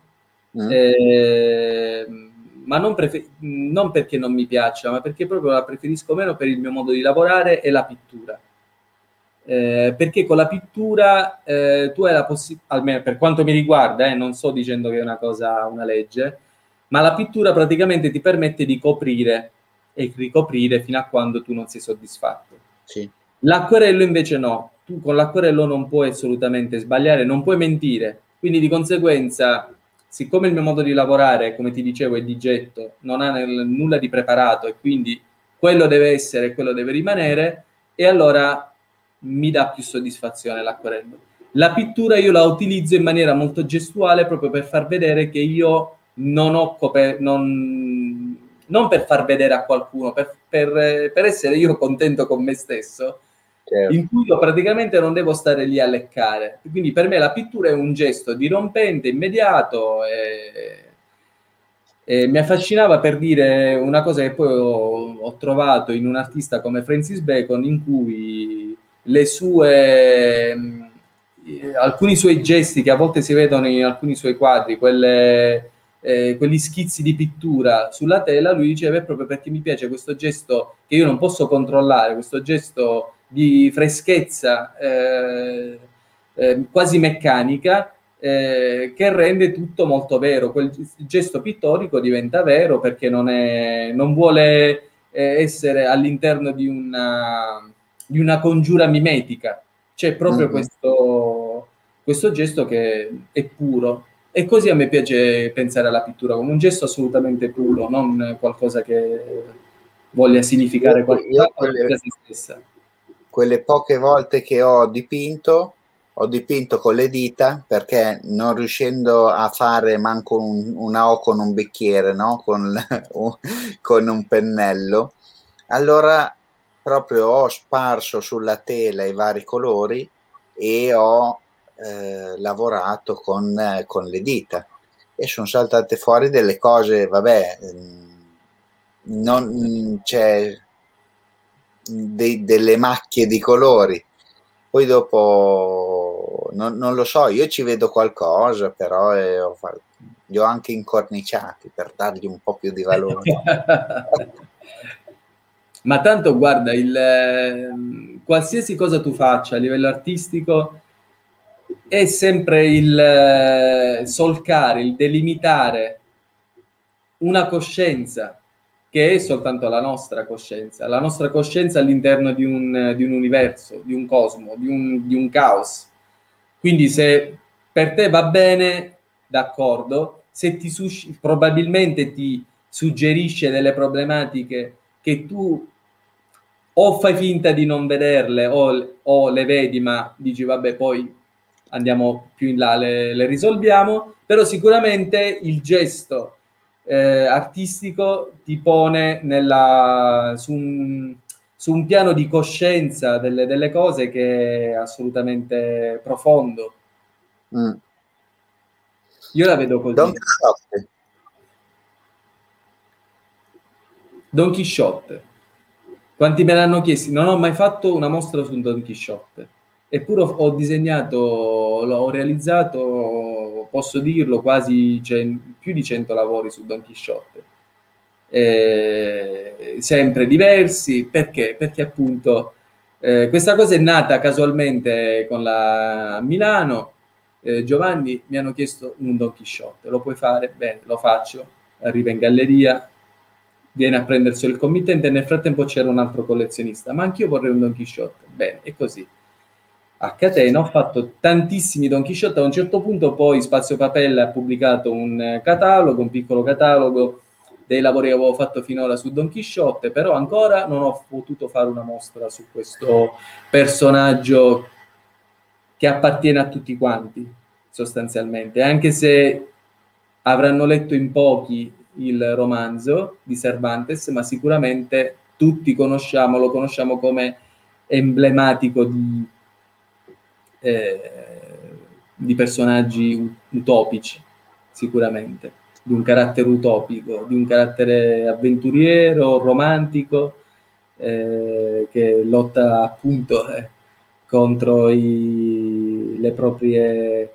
eh, ma non perché non mi piaccia, ma perché proprio la preferisco meno per il mio modo di lavorare, è la pittura. Perché con la pittura tu hai la possibilità, almeno per quanto mi riguarda, non sto dicendo che è una cosa, una legge, ma la pittura praticamente ti permette di coprire e ricoprire fino a quando tu non sei soddisfatto. Sì. L'acquerello invece no, tu con l'acquerello non puoi assolutamente sbagliare, non puoi mentire, quindi di conseguenza, siccome il mio modo di lavorare, come ti dicevo, è di getto, non ha nulla di preparato e quindi quello deve essere, quello deve rimanere, e allora mi dà più soddisfazione l'acquerello. La pittura io la utilizzo in maniera molto gestuale proprio per far vedere che io non ho non per far vedere a qualcuno, per essere io contento con me stesso, Certo. in cui io praticamente non devo stare lì a leccare. Quindi per me la pittura è un gesto dirompente, immediato, e mi affascinava, per dire una cosa che poi ho trovato in un artista come Francis Bacon, in cui le sue alcuni suoi gesti che a volte si vedono in alcuni suoi quadri, quegli schizzi di pittura sulla tela, lui diceva: è proprio perché mi piace questo gesto che io non posso controllare, questo gesto di freschezza quasi meccanica, che rende tutto molto vero. Quel gesto pittorico diventa vero perché non vuole essere all'interno di una congiura mimetica. C'è proprio questo gesto che è puro. E così a me piace pensare alla pittura come un gesto assolutamente puro, non qualcosa che voglia significare Io qualcos'altro da se stessa. quelle poche volte che ho dipinto con le dita, perché non riuscendo a fare manco una O con un bicchiere, no? Con un pennello, allora proprio ho sparso sulla tela i vari colori e ho lavorato con le dita, e sono saltate fuori delle cose, vabbè, non c'è delle macchie di colori. Poi dopo non lo so, io ci vedo qualcosa, però li ho anche incorniciati per dargli un po' più di valore. Ma tanto guarda, qualsiasi cosa tu faccia a livello artistico è sempre il solcare, il delimitare una coscienza che è soltanto la nostra coscienza all'interno di un universo, di un cosmo, di un caos. Quindi se per te va bene, d'accordo, se probabilmente ti suggerisce delle problematiche che tu o fai finta di non vederle o le vedi ma dici vabbè poi andiamo più in là, le risolviamo, però sicuramente il gesto artistico ti pone su un piano di coscienza delle cose che è assolutamente profondo. Mm. Io la vedo Don così. Quixote. Don Chisciotte. Quanti me l'hanno chiesto? Non ho mai fatto una mostra su Don Chisciotte. Eppure ho disegnato, ho realizzato, posso dirlo, quasi più di 100 lavori su Don Chisciotte. Sempre diversi. Perché? Perché appunto questa cosa è nata casualmente a Milano. Giovanni, mi hanno chiesto un Don Chisciotte, lo puoi fare? Bene, lo faccio. Arriva in galleria, viene a prenderselo il committente, e nel frattempo c'era un altro collezionista, ma anch'io vorrei un Don Chisciotte. Bene, e così. A catena ho fatto tantissimi Don Chisciotte. A un certo punto poi Spazio Papella ha pubblicato un catalogo, un piccolo catalogo dei lavori che avevo fatto finora su Don Chisciotte, però ancora non ho potuto fare una mostra su questo personaggio che appartiene a tutti quanti, sostanzialmente, anche se avranno letto in pochi il romanzo di Cervantes, ma sicuramente tutti lo conosciamo come emblematico di personaggi utopici, sicuramente, di un carattere utopico, di un carattere avventuriero, romantico, che lotta appunto contro le proprie,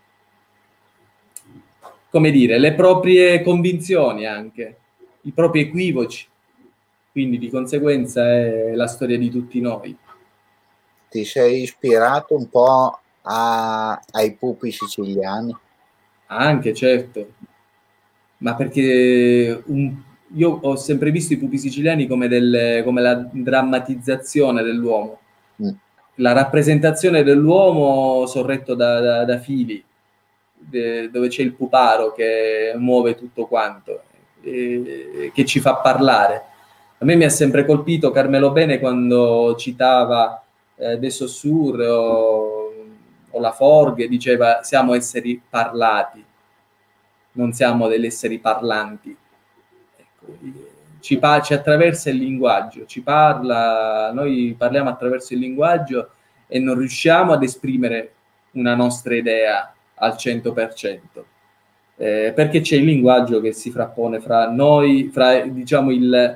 come dire, le proprie convinzioni anche, i propri equivoci. Quindi di conseguenza è la storia di tutti noi. Ti sei ispirato un po' ai pupi siciliani? Anche, certo, ma perché io ho sempre visto i pupi siciliani come la drammatizzazione dell'uomo, la rappresentazione dell'uomo sorretto da fili, dove c'è il puparo che muove tutto quanto, che ci fa parlare. A me mi ha sempre colpito Carmelo Bene quando citava De Saussure o La Forgue, diceva siamo esseri parlati, non siamo degli esseri parlanti. Ecco, ci attraversa il linguaggio, ci parla, noi parliamo attraverso il linguaggio e non riusciamo ad esprimere una nostra idea al 100%, perché c'è il linguaggio che si frappone fra noi, fra diciamo il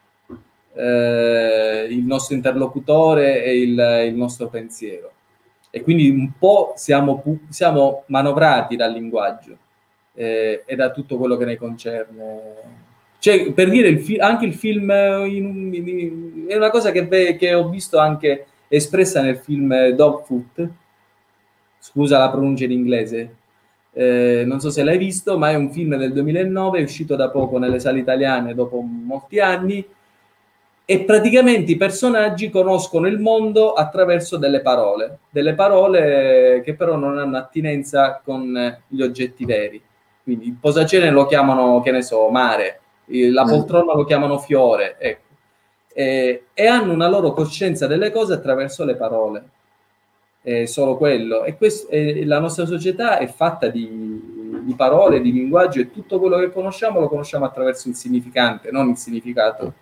nostro interlocutore e il nostro pensiero. E quindi un po' siamo manovrati dal linguaggio e da tutto quello che ne concerne. Cioè, per dire, anche il film è una cosa che ho visto anche espressa nel film Dogfoot, scusa la pronuncia in inglese, non so se l'hai visto, ma è un film del 2009, è uscito da poco nelle sale italiane dopo molti anni, e praticamente i personaggi conoscono il mondo attraverso delle parole che però non hanno attinenza con gli oggetti veri. Quindi il posacenere lo chiamano, che ne so, mare, la poltrona lo chiamano fiore, ecco. E hanno una loro coscienza delle cose attraverso le parole. Solo quello. E la nostra società è fatta di parole, di linguaggio, e tutto quello che conosciamo lo conosciamo attraverso il significante, non il significato.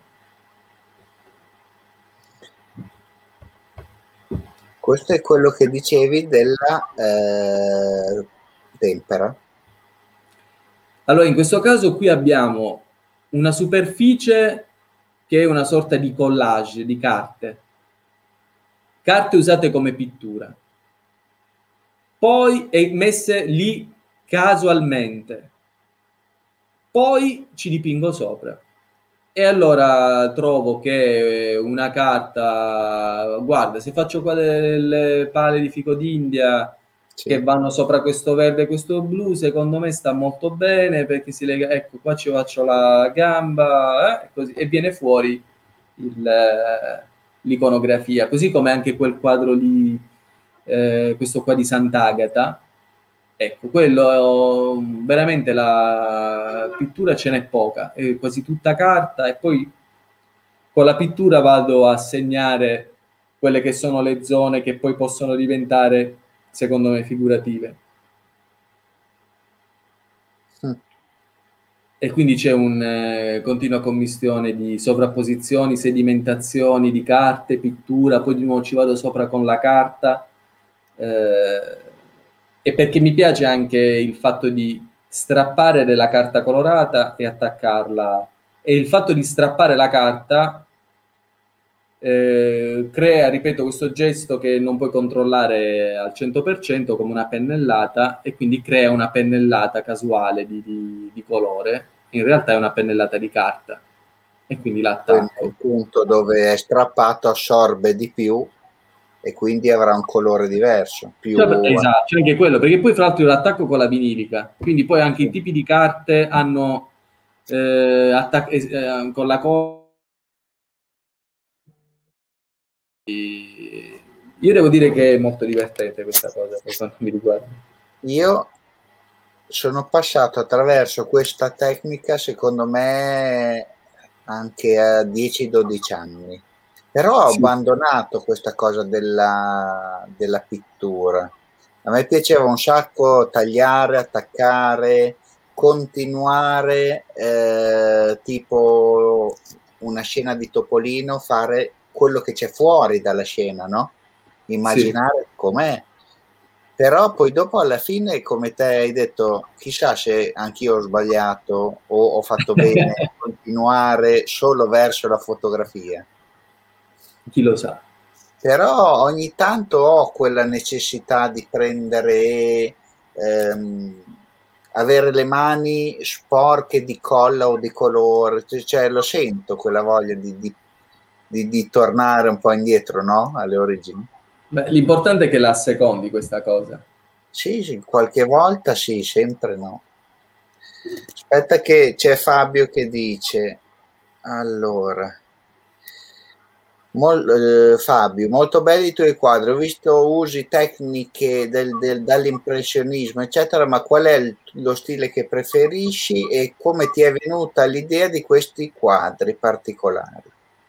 Questo è quello che dicevi della tempera. Allora, in questo caso qui abbiamo una superficie che è una sorta di collage di carte usate come pittura, poi messe lì casualmente, poi ci dipingo sopra. E allora trovo che una carta, guarda, se faccio qua delle pale di fico d'India che vanno sopra questo verde e questo blu, secondo me sta molto bene perché si lega, ecco qua ci faccio la gamba, così, e viene fuori l'iconografia, così come anche quel quadro lì, questo qua di Sant'Agata. Ecco, quello veramente la pittura ce n'è poca, è quasi tutta carta, e poi con la pittura vado a segnare quelle che sono le zone che poi possono diventare, secondo me, figurative. E quindi c'è una continua commistione di sovrapposizioni, sedimentazioni di carte, pittura, poi di nuovo ci vado sopra con la carta. E perché mi piace anche il fatto di strappare della carta colorata e attaccarla, e il fatto di strappare la carta crea, ripeto, questo gesto che non puoi controllare al 100% come una pennellata, e quindi crea una pennellata casuale di colore, in realtà è una pennellata di carta, e quindi l'attacco. Il punto dove è strappato assorbe di più e quindi avrà un colore diverso. Esatto, c'è anche quello, perché poi fra l'altro l'attacco con la vinilica, quindi poi anche i tipi di carte hanno con la io devo dire che è molto divertente questa cosa per quanto mi riguarda. Io sono passato attraverso questa tecnica, secondo me, anche a 10-12 anni. Però ho abbandonato questa cosa della pittura. A me piaceva un sacco tagliare, attaccare, continuare, tipo una scena di Topolino, fare quello che c'è fuori dalla scena, no? Immaginare com'è. Però poi dopo alla fine, come te hai detto, chissà se anch'io ho sbagliato o ho fatto bene a continuare solo verso la fotografia. Chi lo sa. Però ogni tanto ho quella necessità di prendere, ehm, avere le mani sporche di colla o di colore, cioè lo sento quella voglia di tornare un po' indietro, no? Alle origini. Beh, l'importante è che la assecondi questa cosa. Sì, sì, qualche volta sì, sempre no. Aspetta che c'è Fabio che dice, allora, Fabio, molto belli i tuoi quadri, ho visto usi tecniche dall'impressionismo, eccetera, ma qual è lo stile che preferisci e come ti è venuta l'idea di questi quadri particolari?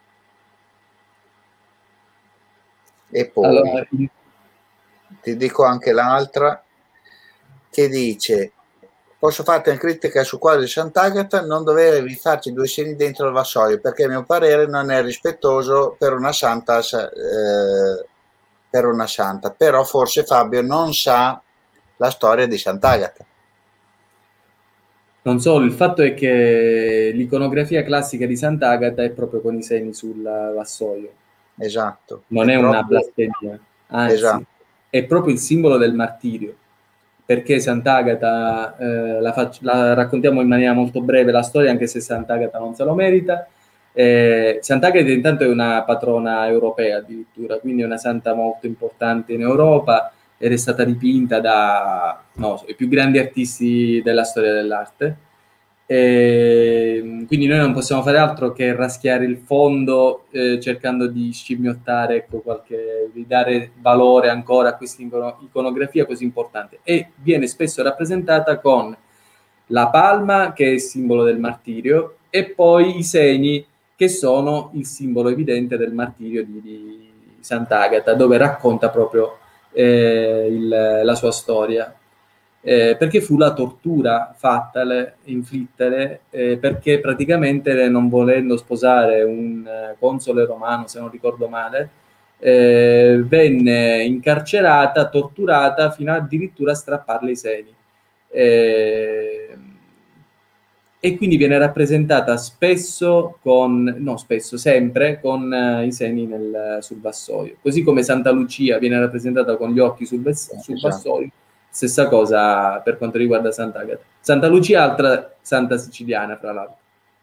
E poi Allora, ti dico anche l'altra che dice: posso farti una critica sul quadro di Sant'Agata, non dovevi farci due segni dentro il vassoio perché a mio parere non è rispettoso per una santa, però forse Fabio non sa la storia di Sant'Agata. non solo, il fatto è che l'iconografia classica di Sant'Agata è proprio con i segni sul vassoio. Esatto, Non è è una proprio blasfemia, anzi, esatto, è proprio il simbolo del martirio. Perché Sant'Agata, la raccontiamo in maniera molto breve la storia, anche se Sant'Agata non se lo merita. Sant'Agata intanto è una patrona europea addirittura, quindi è una santa molto importante in Europa ed è stata dipinta da i più grandi artisti della storia dell'arte. Quindi noi non possiamo fare altro che raschiare il fondo cercando di scimmiottare, ecco, di dare valore ancora a questa iconografia così importante. E viene spesso rappresentata con la palma, che è il simbolo del martirio, e poi i segni, che sono il simbolo evidente del martirio di Sant'Agata, dove racconta proprio la sua storia. Perché fu la tortura fattale, inflittale, perché praticamente non volendo sposare un console romano, se non ricordo male, venne incarcerata, torturata fino addirittura a strapparle i seni. Eh, e quindi viene rappresentata spesso no spesso, sempre con i seni sul vassoio. Così come Santa Lucia viene rappresentata con gli occhi sul esatto. vassoio, stessa cosa per quanto riguarda Sant'Agata. Santa Lucia, altra santa siciliana, fra l'altro.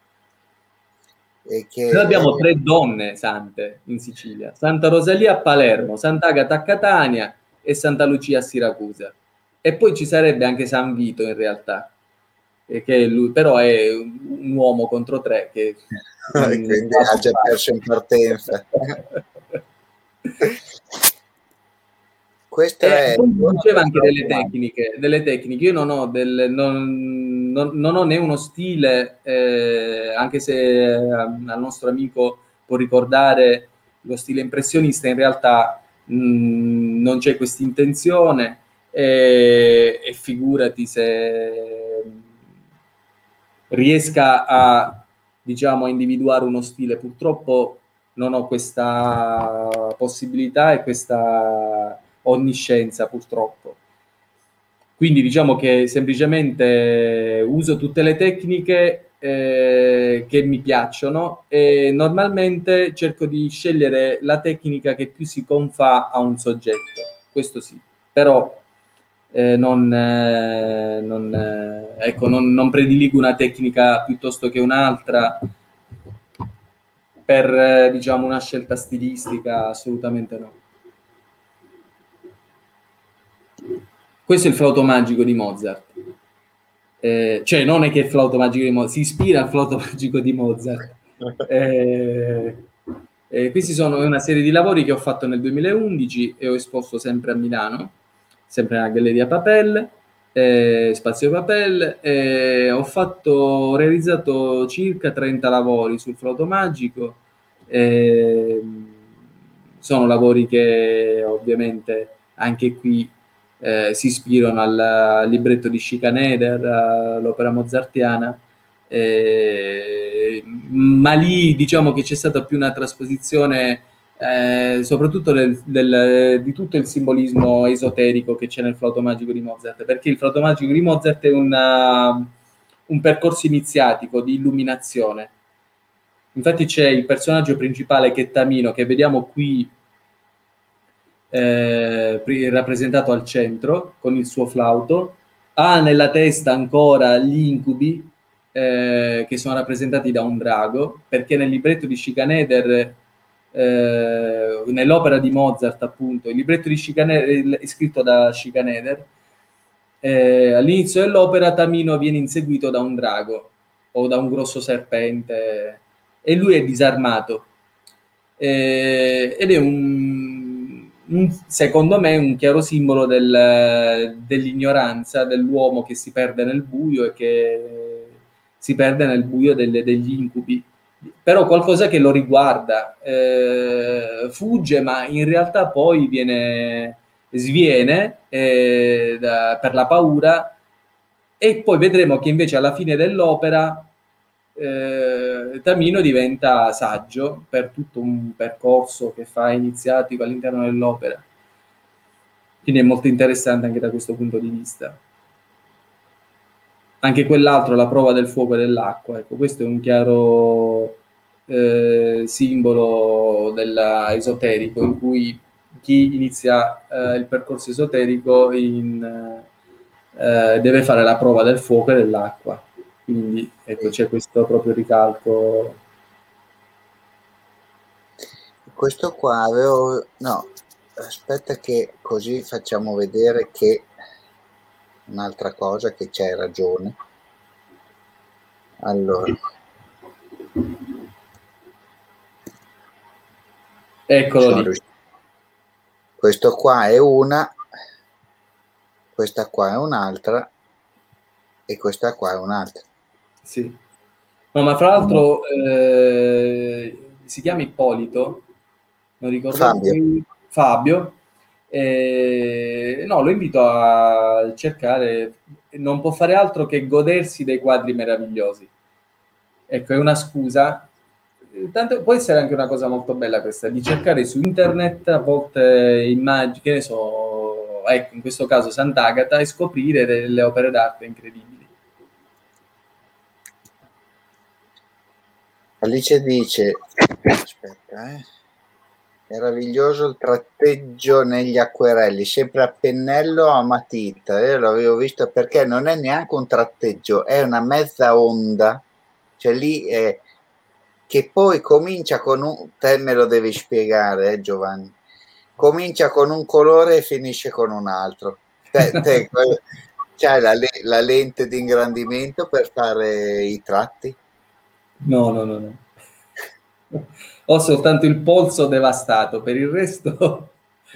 E Noi che abbiamo 3 donne sante in Sicilia: Santa Rosalia a Palermo, Sant'Agata a Catania e Santa Lucia a Siracusa. E poi ci sarebbe anche San Vito in realtà, che lui, però è un uomo contro 3 che non quindi ha già perso in partenza. Questa E è poi mi buona diceva anche questa delle tecniche. Io non ho né uno stile, anche se al nostro amico può ricordare lo stile impressionista, in realtà non c'è questa intenzione, e figurati se riesca a, diciamo, a individuare uno stile. Purtroppo non ho questa possibilità e questa onniscienza, purtroppo. Quindi diciamo che semplicemente uso tutte le tecniche che mi piacciono e normalmente cerco di scegliere la tecnica che più si confà a un soggetto. Questo sì, però ecco, non prediligo una tecnica piuttosto che un'altra per diciamo una scelta stilistica, assolutamente no. Questo è il flauto magico di Mozart. Cioè non è che è il flauto magico di Mozart, si ispira al flauto magico di Mozart. Questi sono una serie di lavori che ho fatto nel 2011 e ho esposto sempre a Milano, sempre nella Galleria Papel, Spazio Papel. Ho realizzato circa 30 lavori sul flauto magico. Eh, Sono lavori che ovviamente anche qui si ispirano al libretto di Schikaneder, all'opera mozartiana, ma lì diciamo che c'è stata più una trasposizione soprattutto di tutto il simbolismo esoterico che c'è nel flauto magico di Mozart, perché il flauto magico di Mozart è un percorso iniziatico di illuminazione. Infatti c'è il personaggio principale che è Tamino, che vediamo qui rappresentato al centro con il suo flauto, ha nella testa ancora gli incubi che sono rappresentati da un drago, perché nel libretto di Schikaneder, nell'opera di Mozart appunto, il libretto di Schikaneder è scritto da Schikaneder, all'inizio dell'opera Tamino viene inseguito da un drago o da un grosso serpente e lui è disarmato ed è secondo me un chiaro simbolo dell'ignoranza dell'uomo che si perde nel buio e che si perde nel buio degli incubi, però qualcosa che lo riguarda, fugge ma in realtà poi sviene per la paura, e poi vedremo che invece alla fine dell'opera Tamino diventa saggio per tutto un percorso che fa iniziatico all'interno dell'opera. Quindi è molto interessante anche da questo punto di vista. Anche quell'altro, la prova del fuoco e dell'acqua, ecco, questo è un chiaro simbolo dell'esoterico, in cui chi inizia il percorso esoterico deve fare la prova del fuoco e dell'acqua. Quindi ecco, c'è questo proprio ricalco. Questo qua avevo... No, aspetta che così facciamo vedere che un'altra cosa che c'hai ragione. Allora. Eccolo lì. Questo qua è una, questa qua è un'altra e questa qua è un'altra. Sì. No, ma fra l'altro si chiama Ippolito, non ricordo più, Fabio. No, lo invito a cercare, non può fare altro che godersi dei quadri meravigliosi. Ecco, è una scusa. Tanto, può essere anche una cosa molto bella questa, di cercare su internet a volte immagini, che ne so, ecco, in questo caso Sant'Agata, e scoprire delle opere d'arte incredibili. Alice dice, aspetta, meraviglioso il tratteggio negli acquerelli, sempre a pennello o a matita. Io l'avevo visto perché non è neanche un tratteggio, è una mezza onda, cioè lì è, che poi comincia con un, te me lo devi spiegare, Giovanni, comincia con un colore e finisce con un altro. C'hai la lente di ingrandimento per fare i tratti? No. Ho soltanto il polso devastato, per il resto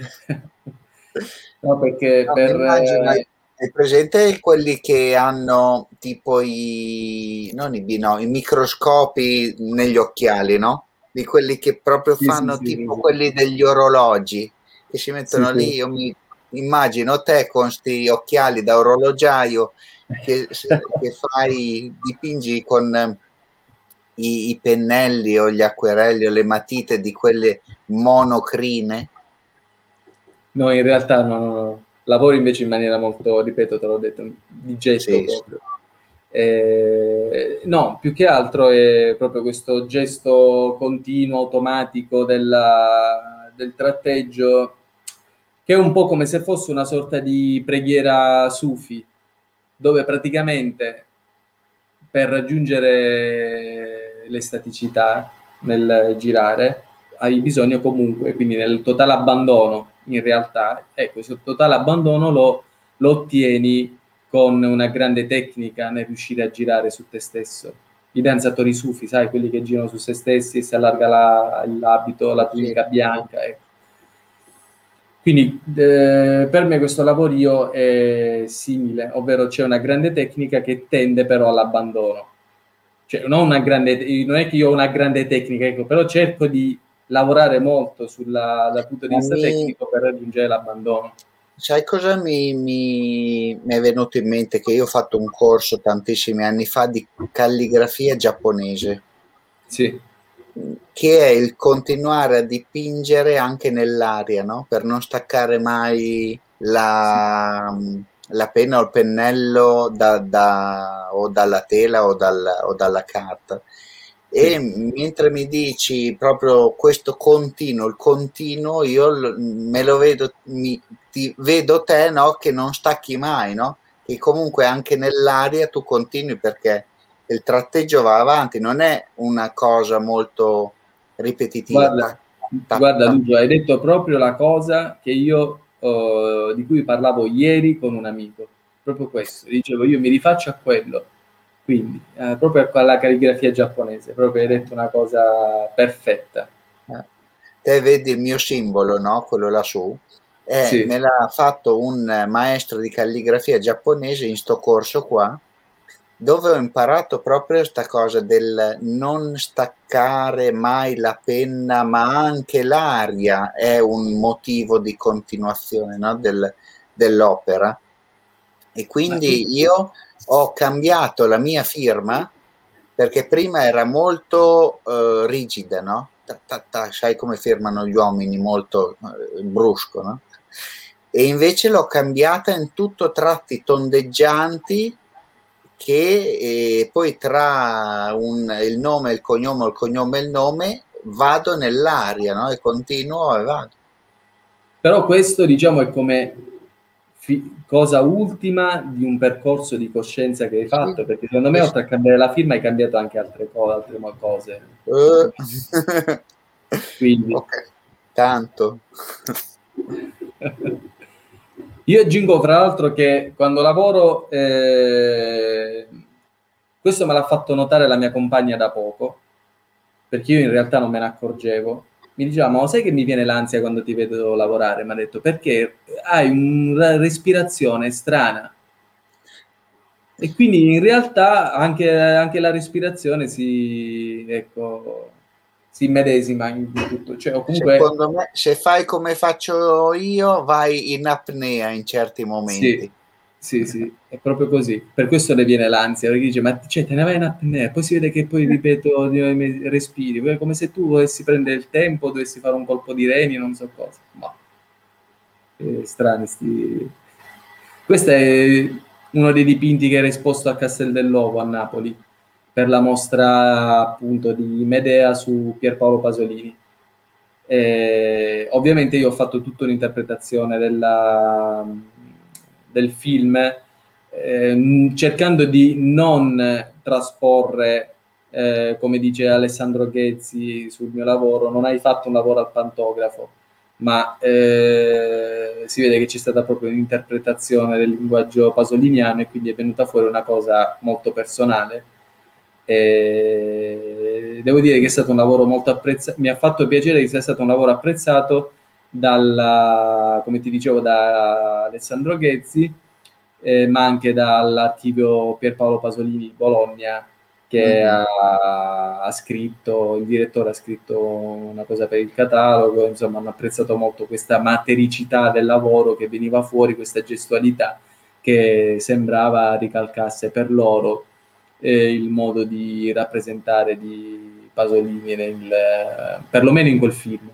no, perché No, immagino, hai presente quelli che hanno tipo non i microscopi negli occhiali, no? Di quelli che proprio fanno tipo quelli degli orologi, che si mettono lì. Io mi immagino te con sti occhiali da orologiaio che dipingi con i pennelli o gli acquerelli o le matite di quelle monocrine. No, in realtà no. Lavoro invece in maniera molto, ripeto, te l'ho detto, di getto proprio. No, più che altro è proprio questo gesto continuo, automatico del tratteggio, che è un po' come se fosse una sorta di preghiera sufi, dove praticamente per raggiungere l'estaticità nel girare hai bisogno comunque, quindi nel totale abbandono, in realtà, ecco, questo totale abbandono lo ottieni con una grande tecnica nel riuscire a girare su te stesso. I danzatori sufi, sai, quelli che girano su se stessi e si allarga l'abito, la tunica bianca, ecco. Quindi per me questo lavorio è simile, ovvero c'è una grande tecnica che tende però all'abbandono. Cioè, non è che io ho una grande tecnica, ecco, però cerco di lavorare molto dal punto di vista tecnico per raggiungere l'abbandono. Sai cosa mi è venuto in mente? Che io ho fatto un corso tantissimi anni fa di calligrafia giapponese. Sì. che è il continuare a dipingere anche nell'aria, no? Per non staccare mai la penna o il pennello o dalla tela o dalla carta. E sì. mentre mi dici proprio questo continuo, il continuo, io me lo vedo, ti vedo te, no? Che non stacchi mai, no? Che comunque anche nell'aria tu continui perché il tratteggio va avanti, non è una cosa molto ripetitiva. Guarda, Tac, tac, guarda tac. Lucio, hai detto proprio la cosa che io, di cui parlavo ieri con un amico, proprio questo. Dicevo, io mi rifaccio a quello, quindi proprio alla calligrafia giapponese, proprio hai detto una cosa perfetta. Eh. Te vedi il mio simbolo, no? Quello lassù. Sì, Me l'ha fatto un maestro di calligrafia giapponese in sto corso qua, dove ho imparato proprio sta cosa del non staccare mai la penna, ma anche l'aria è un motivo di continuazione, no? Dell'opera. E ma tu, quindi io ho cambiato la mia firma perché prima era molto rigida, no? Sai come firmano gli uomini, molto brusco, no? E invece l'ho cambiata in tutto tratti tondeggianti che poi tra il nome e il cognome o il cognome e il nome vado nell'aria, no? E continuo e vado. però questo diciamo è come cosa ultima di un percorso di coscienza che hai Sì, fatto, perché secondo me sì, oltre a cambiare la firma hai cambiato anche altre cose, cose. eh. Quindi Ok, tanto. io aggiungo fra l'altro che quando lavoro, questo me l'ha fatto notare la mia compagna da poco, perché io in realtà non me ne accorgevo. Mi diceva, ma lo sai che mi viene l'ansia quando ti vedo lavorare? Mi ha detto, perché hai una respirazione strana. E quindi in realtà anche la respirazione ecco, si immedesima in tutto. Cioè, o comunque, Secondo me, se fai come faccio io, vai in apnea in certi sì, momenti. sì, sì, è proprio così. Per questo le viene l'ansia, perché dice, ma cioè, te ne vai in apnea, poi si vede che poi ripeto, respiri, poi è come se tu volessi prendere il tempo, dovessi fare un colpo di reni, non so cosa. Ma strani sti... Questo è uno dei dipinti che era esposto a Castel dell'Ovo a Napoli per la mostra appunto di Medea su Pierpaolo Pasolini. Ovviamente io ho fatto tutta un'interpretazione del film cercando di non trasporre, come dice Alessandro Ghezzi sul mio lavoro, non hai fatto un lavoro al pantografo, ma si vede che c'è stata proprio un'interpretazione del linguaggio pasoliniano e quindi è venuta fuori una cosa molto personale. Devo dire che è stato un lavoro molto apprezzato, mi ha fatto piacere che sia stato un lavoro apprezzato come ti dicevo, da Alessandro Ghezzi, ma anche dall'archivio Pierpaolo Pasolini di Bologna, che Mhm. ha scritto, il direttore ha scritto una cosa per il catalogo, insomma hanno apprezzato molto questa matericità del lavoro che veniva fuori, questa gestualità che sembrava ricalcasse per loro il modo di rappresentare di Pasolini perlomeno in quel film.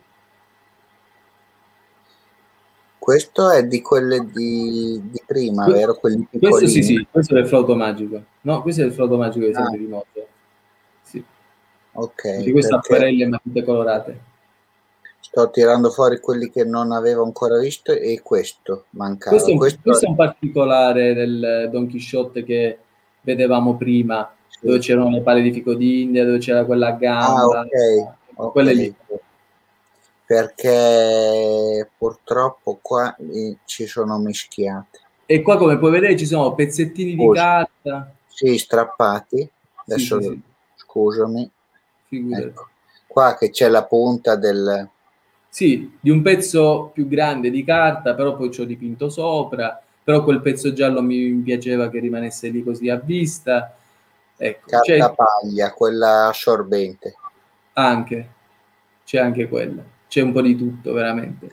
Questo è di quelle di prima, vero? Quelli Questo sì, piccolini. sì, questo è il flauto magico. No, questo è il flauto magico dei Ah, Servi di Mozart. Sì. ok, Perché questo perché acquarelle matite colorate. sto tirando fuori quelli che non avevo ancora visto e questo mancava. Questo è un particolare del Don Chisciotte che vedevamo prima, dove Sì. c'erano le pale di fico d'India, dove c'era quella Ah, gamba, ok, ok. quelle lì. Perché purtroppo qua ci sono mischiate. E qua, come puoi vedere, ci sono pezzettini di Scusa, carta. sì, strappati. Sì, sì, Adesso sì, scusami. figurati. Ecco, qua che c'è la punta del... Sì, di un pezzo più grande di carta, però poi ci ho dipinto sopra, però quel pezzo giallo mi piaceva che rimanesse lì così a vista. Ecco, carta paglia, quella assorbente. anche, c'è anche quella, c'è un po' di tutto veramente.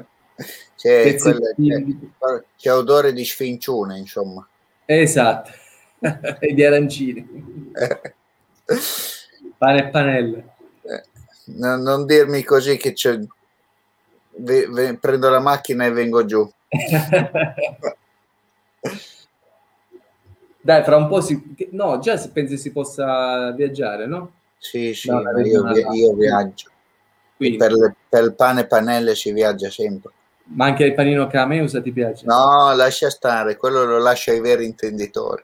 C'è, Pezzettini di... c'è odore di sfincione, insomma. Esatto, e di arancini, pane e panelle. Non dirmi così che prendo la macchina e vengo giù. Dai, fra un po' no, già pensi si possa viaggiare, no? Sì, Da sì, una ma regione io all'altra. viaggio. E Quindi, per il pane e panelle si viaggia sempre. ma anche il panino Cameusa ti piace? No, lascia stare, quello lo lascio ai veri intenditori.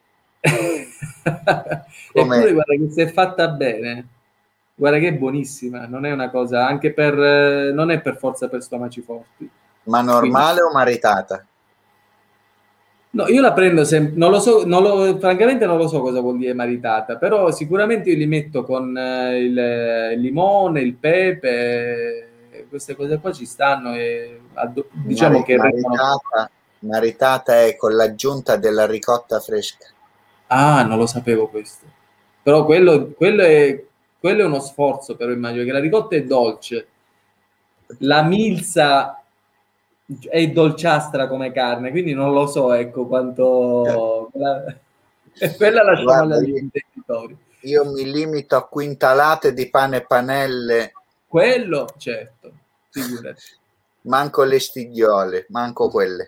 Eppure Come, guarda che se è fatta bene, guarda che è buonissima, non è una cosa, anche per, non è per forza per stomaci forti. ma Quindi, normale o maritata? no, io la prendo sempre, non lo so, francamente non lo so cosa vuol dire maritata, però sicuramente io li metto con il limone, il pepe, queste cose qua ci stanno e diciamo che rendono. Maritata è con l'aggiunta della ricotta fresca. Ah, non lo sapevo questo. Però quello è uno sforzo, però immagino che la ricotta è dolce, la milza è dolciastra come carne, quindi non lo so, ecco, quanto. Quella lasciamola Guarda, agli intenditori. io mi limito a quintalate di pane e panelle, Quello, certo, figurati. manco le stigliole, manco quelle.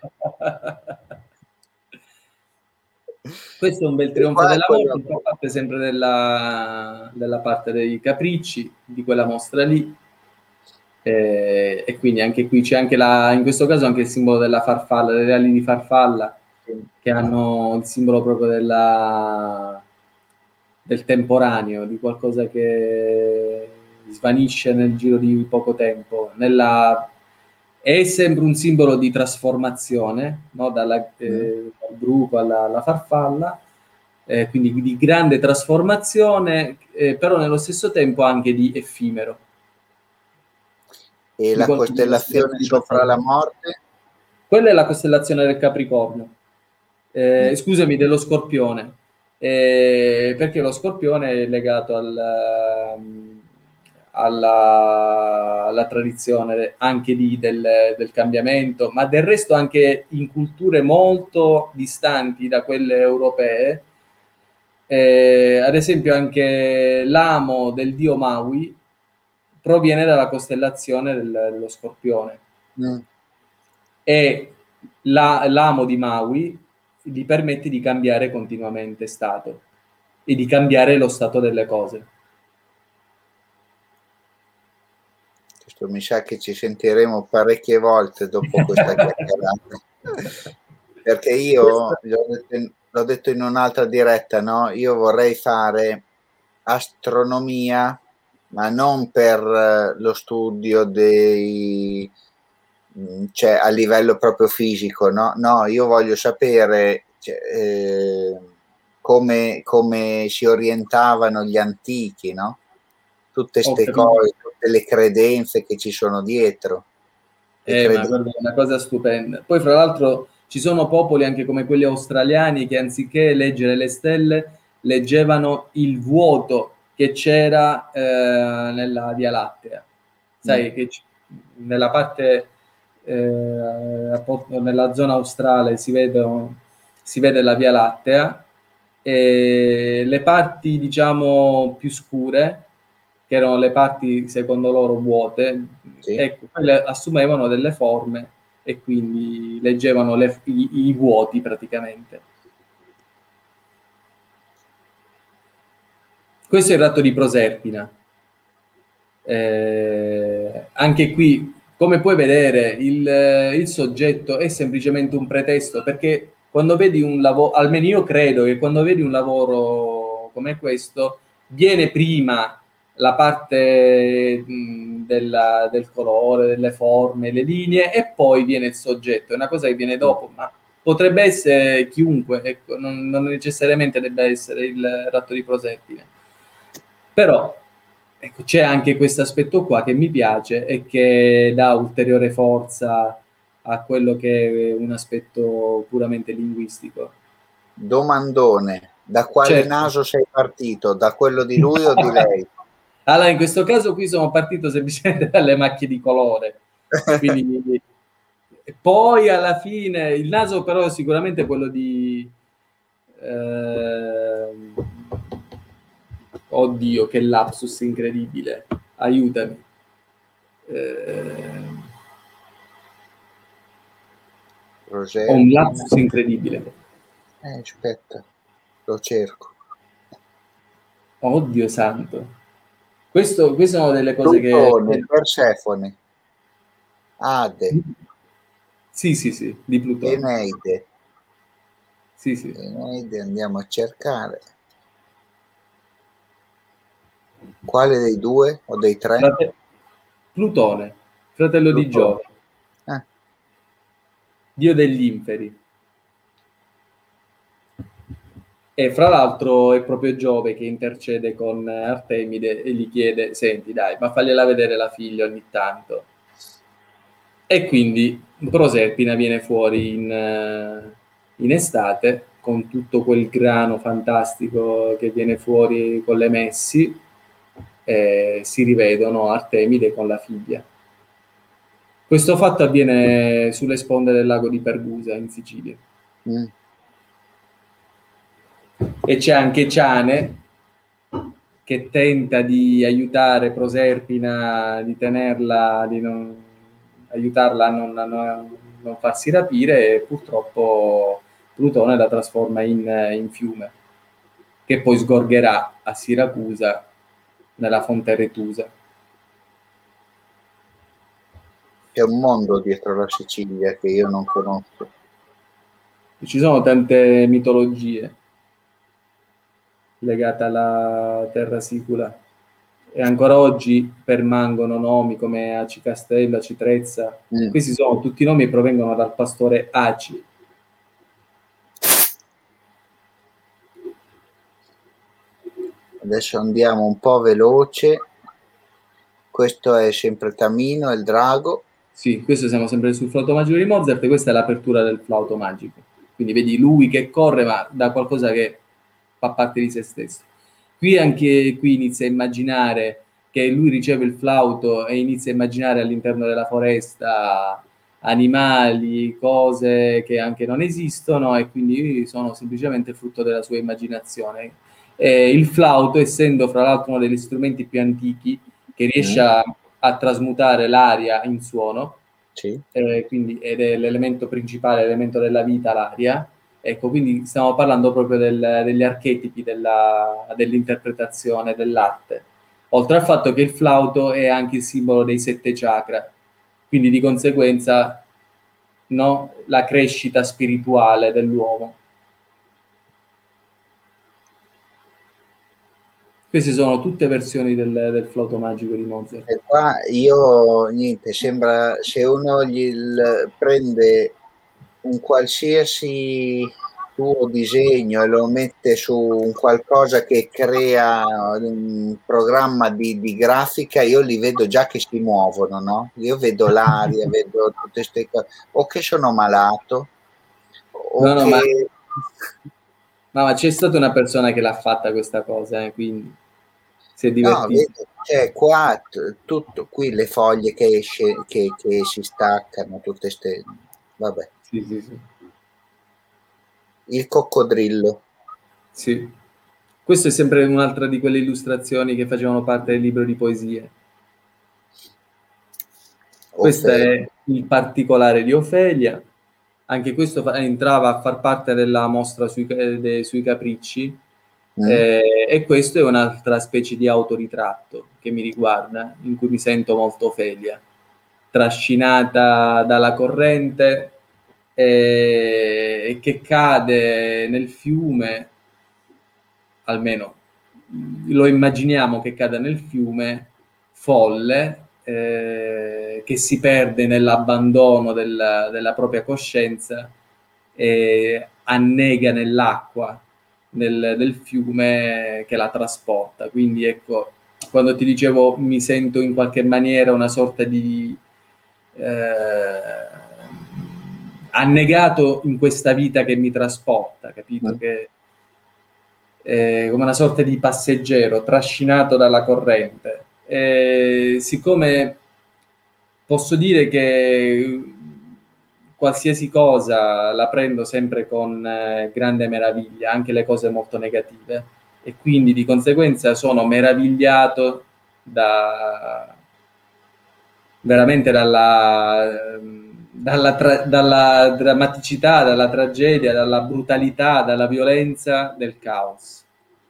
Questo è un bel E trionfo qua della cosa. morte, fa parte sempre della parte dei capricci, di quella mostra lì. E quindi anche qui c'è anche in questo caso anche il simbolo della farfalla, delle ali di farfalla, che hanno il simbolo proprio del temporaneo, di qualcosa che svanisce nel giro di poco tempo. È sempre un simbolo di trasformazione, no? Dal bruco alla farfalla, quindi di grande trasformazione, però nello stesso tempo anche di effimero, E di la qualcosa costellazione di sopra la passaggio. morte? Quella è la costellazione del Capricorno, Mm. scusami, dello Scorpione, perché lo Scorpione è legato alla tradizione anche del cambiamento, ma del resto anche in culture molto distanti da quelle europee. Ad esempio anche l'amo del dio Maui proviene dalla costellazione dello Scorpione Mm. e l'amo di Maui gli permette di cambiare continuamente stato e di cambiare lo stato delle cose. Questo mi sa che ci sentiremo parecchie volte dopo questa chiacchierata. Perché io, Questo, l'ho detto in un'altra diretta, no? Io vorrei fare astronomia, ma non per lo studio cioè a livello proprio fisico, no? No, io voglio sapere cioè, come si orientavano gli antichi, no? Tutte ho queste capito. cose, tutte le credenze che ci sono dietro. Le Ma credenze. guarda, è una cosa stupenda. Poi, fra l'altro, ci sono popoli anche come quelli australiani che anziché leggere le stelle, leggevano il vuoto che c'era nella Via Lattea. Mm. Sai che nella parte, nella zona australe si vede la Via Lattea e le parti, diciamo, più scure, che erano le parti secondo loro vuote, Sì. ecco, quelle assumevano delle forme e quindi leggevano i vuoti praticamente. Questo è il ratto di Proserpina. Anche qui, come puoi vedere, il soggetto è semplicemente un pretesto perché quando vedi un lavoro, almeno io credo che quando vedi un lavoro come questo, viene prima la parte del colore, delle forme, le linee e poi viene il soggetto. È una cosa che viene dopo, ma potrebbe essere chiunque, ecco, non necessariamente debba essere il ratto di Proserpine. Però ecco, c'è anche questo aspetto qua che mi piace e che dà ulteriore forza a quello che è un aspetto puramente linguistico. Domandone, da quale Certo. naso sei partito? Da quello di lui o di lei? Allora, in questo caso qui sono partito semplicemente dalle macchie di colore, quindi poi alla fine il naso però è sicuramente quello di oddio che lapsus incredibile, aiutami. Ho un lapsus incredibile. Aspetta, lo cerco. Oddio santo. Queste sono delle cose Plutone, che... Persefone, Ade, Sì, sì, sì, di Plutone. Eneide. Sì, sì. Eneide, andiamo a cercare. Quale dei due o dei tre? Plutone, fratello di Plutone. Giove, dio degli inferi. E fra l'altro è proprio Giove che intercede con Artemide e gli chiede: senti dai, ma fagliela vedere la figlia ogni tanto. E quindi Proserpina viene fuori in estate con tutto quel grano fantastico che viene fuori con le messi, e si rivedono Artemide con la figlia. Questo fatto avviene sulle sponde del lago di Pergusa in Sicilia. E c'è anche Ciane che tenta di aiutare Proserpina, di tenerla, di non, aiutarla a non farsi rapire, e purtroppo Plutone la trasforma in fiume, che poi sgorgerà a Siracusa nella fonte Retusa. C'è un mondo dietro la Sicilia che io non conosco. Ci sono tante mitologie legate alla terra sicula e ancora oggi permangono nomi come Aci Castello, Aci Trezza. Questi sono tutti nomi che provengono dal pastore Aci. Adesso andiamo un po' veloce. Questo è sempre Tamino, il drago. Sì, questo siamo sempre sul flauto magico di Mozart, e questa è l'apertura del flauto magico. Quindi vedi lui che corre, ma da qualcosa che fa parte di se stesso. Qui inizia a immaginare che lui riceve il flauto e inizia a immaginare all'interno della foresta animali, cose che anche non esistono, e quindi sono semplicemente frutto della sua immaginazione. Il flauto, essendo fra l'altro uno degli strumenti più antichi, che riesce a trasmutare l'aria in suono, sì. Quindi, ed è l'elemento principale, l'elemento della vita, l'aria. Ecco, quindi stiamo parlando proprio degli archetipi dell'interpretazione dell'arte. Oltre al fatto che il flauto è anche il simbolo dei 7 chakra, quindi di conseguenza, no, la crescita spirituale dell'uomo. Queste sono tutte versioni del flauto magico di Mozart. E qua io, niente, sembra se uno prende un qualsiasi tuo disegno e lo mette su un qualcosa che crea un programma di grafica, io li vedo già che si muovono, no? Io vedo l'aria, vedo tutte queste cose, o che sono malato, o No, che... ma c'è stata una persona che l'ha fatta questa cosa, quindi si è No, divertito. vedo, cioè qua tutto, qui le foglie che si staccano, tutte queste... Vabbè. Sì, sì, sì. Il coccodrillo. Sì. Questa è sempre un'altra di quelle illustrazioni che facevano parte del libro di poesie. Questo Ofelia. è il particolare di Ofelia. Anche questo entrava a far parte della mostra sui capricci. E questo è un'altra specie di autoritratto che mi riguarda, in cui mi sento molto Ofelia, trascinata dalla corrente, e che cade nel fiume, almeno lo immaginiamo che cada nel fiume, folle, che si perde nell'abbandono della propria coscienza e annega nell'acqua del fiume che la trasporta. Quindi ecco, quando ti dicevo mi sento in qualche maniera una sorta di annegato in questa vita che mi trasporta, capito? Che come una sorta di passeggero trascinato dalla corrente. Siccome posso dire che qualsiasi cosa la prendo sempre con grande meraviglia, anche le cose molto negative, e quindi di conseguenza sono meravigliato veramente dalla drammaticità, dalla tragedia, dalla brutalità, dalla violenza del caos.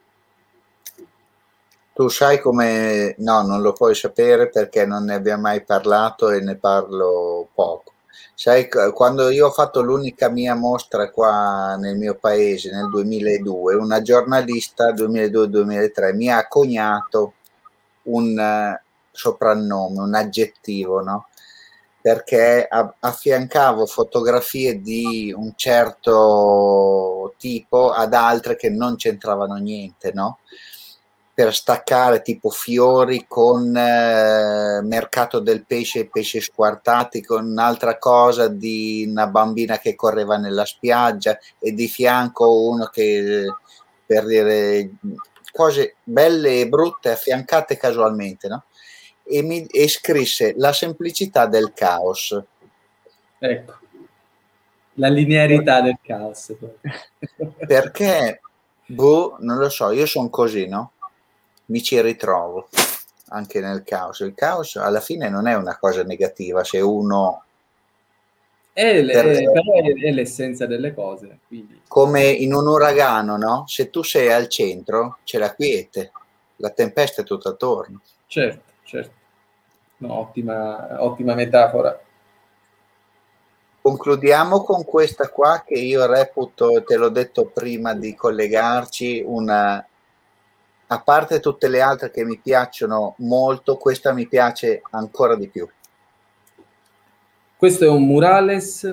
Tu sai come... No, non lo puoi sapere perché non ne abbiamo mai parlato e ne parlo poco. Sai, quando io ho fatto l'unica mia mostra qua nel mio paese nel 2002, una giornalista 2002-2003 mi ha coniato un soprannome, un aggettivo, no? Perché affiancavo fotografie di un certo tipo ad altre che non c'entravano niente, no? Per staccare tipo fiori con mercato del pesce e pesce squartati, con un'altra cosa di una bambina che correva nella spiaggia e di fianco uno che, per dire, cose belle e brutte affiancate casualmente, no? E scrisse la semplicità del caos. Ecco, la linearità del caos. Perché, boh, non lo so, io sono così, no? Mi ci ritrovo anche nel caos. Il caos alla fine non è una cosa negativa se uno... Perché Però è l'essenza delle cose. Quindi. come in un uragano, no? Se tu sei al centro c'è la quiete, la tempesta è tutta attorno. Certo, certo. No, ottima metafora. Concludiamo con questa qua che io reputo, te l'ho detto prima di collegarci, una, a parte tutte le altre che mi piacciono molto, questa mi piace ancora di più. Questo è un murales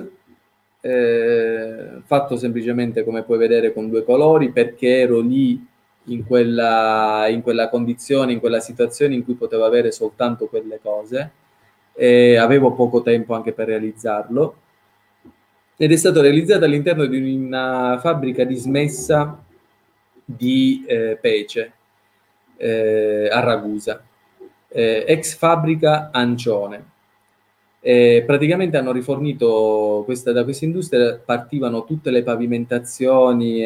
fatto semplicemente, come puoi vedere, con 2 colori, perché ero lì in quella condizione, in quella situazione in cui potevo avere soltanto quelle cose, e avevo poco tempo anche per realizzarlo, ed è stato realizzato all'interno di una fabbrica dismessa di pece a Ragusa, ex fabbrica Ancione. Praticamente hanno rifornito da questa industria, partivano tutte le pavimentazioni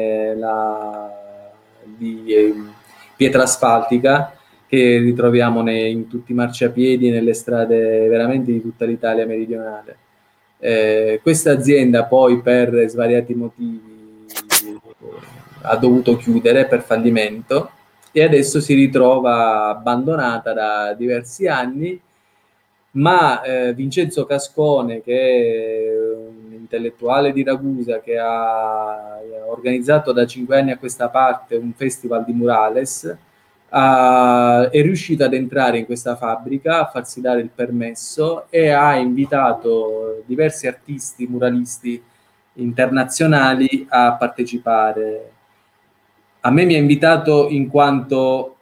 di pietra asfaltica che ritroviamo in tutti i marciapiedi, nelle strade veramente di tutta l'Italia meridionale. Questa azienda poi per svariati motivi ha dovuto chiudere per fallimento e adesso si ritrova abbandonata da diversi anni, ma Vincenzo Cascone, che è un intellettuale di Ragusa che ha organizzato da 5 anni a questa parte un festival di murales, è riuscito ad entrare in questa fabbrica, a farsi dare il permesso e ha invitato diversi artisti muralisti internazionali a partecipare. A me mi ha invitato in quanto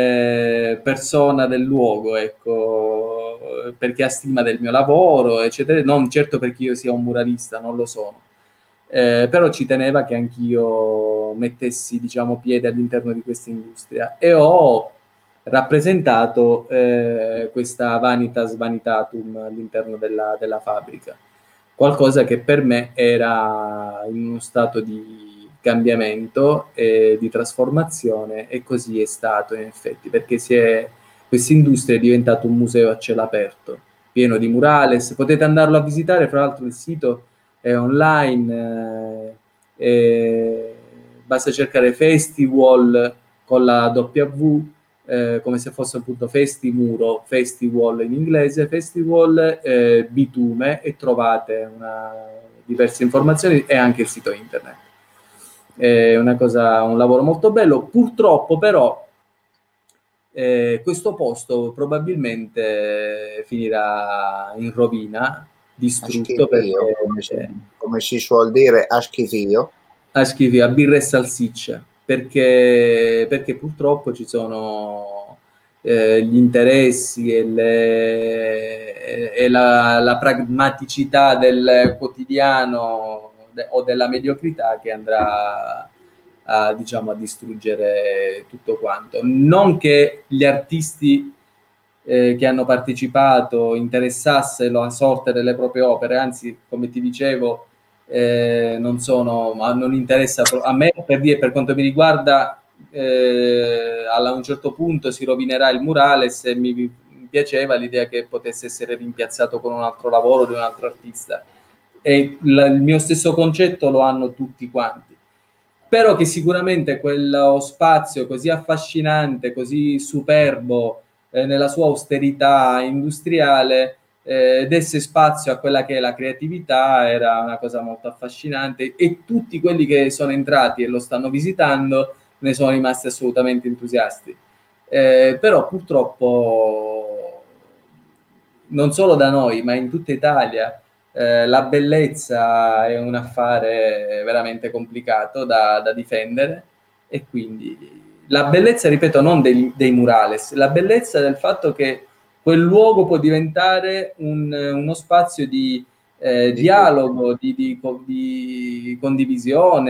persona del luogo, ecco, perché ha stima del mio lavoro, eccetera, non certo perché io sia un muralista, non lo sono. Però ci teneva che anch'io mettessi, diciamo, piede all'interno di questa industria e ho rappresentato questa vanitas vanitatum all'interno della fabbrica, qualcosa che per me era in uno stato di cambiamento e di trasformazione, e così è stato in effetti, perché questa industria è diventata un museo a cielo aperto, pieno di murales. Potete andarlo a visitare, fra l'altro il sito è online, basta cercare Festival con la W, come se fosse appunto Festimuro, Festival in inglese, Festival Bitume, e trovate diverse informazioni e anche il sito internet. È un lavoro molto bello. Purtroppo però questo posto probabilmente finirà in rovina, distrutto, Aschivio, perché come si suol dire, aschivio. a birra e salsiccia, perché purtroppo ci sono gli interessi e la pragmaticità del quotidiano o della mediocrità che andrà diciamo, a distruggere tutto quanto. Non che gli artisti che hanno partecipato interessassero la sorte delle proprie opere, anzi, come ti dicevo, non interessa a me, per quanto mi riguarda, a un certo punto si rovinerà il murales e mi piaceva l'idea che potesse essere rimpiazzato con un altro lavoro di un altro artista, e il mio stesso concetto lo hanno tutti quanti, però che sicuramente quello spazio così affascinante, così superbo nella sua austerità industriale, desse spazio a quella che è la creatività, era una cosa molto affascinante, e tutti quelli che sono entrati e lo stanno visitando ne sono rimasti assolutamente entusiasti. Però purtroppo non solo da noi, ma in tutta Italia, la bellezza è un affare veramente complicato da difendere, e quindi la bellezza, ripeto, non dei murales, la bellezza del fatto che quel luogo può diventare uno spazio di dialogo, di condivisione,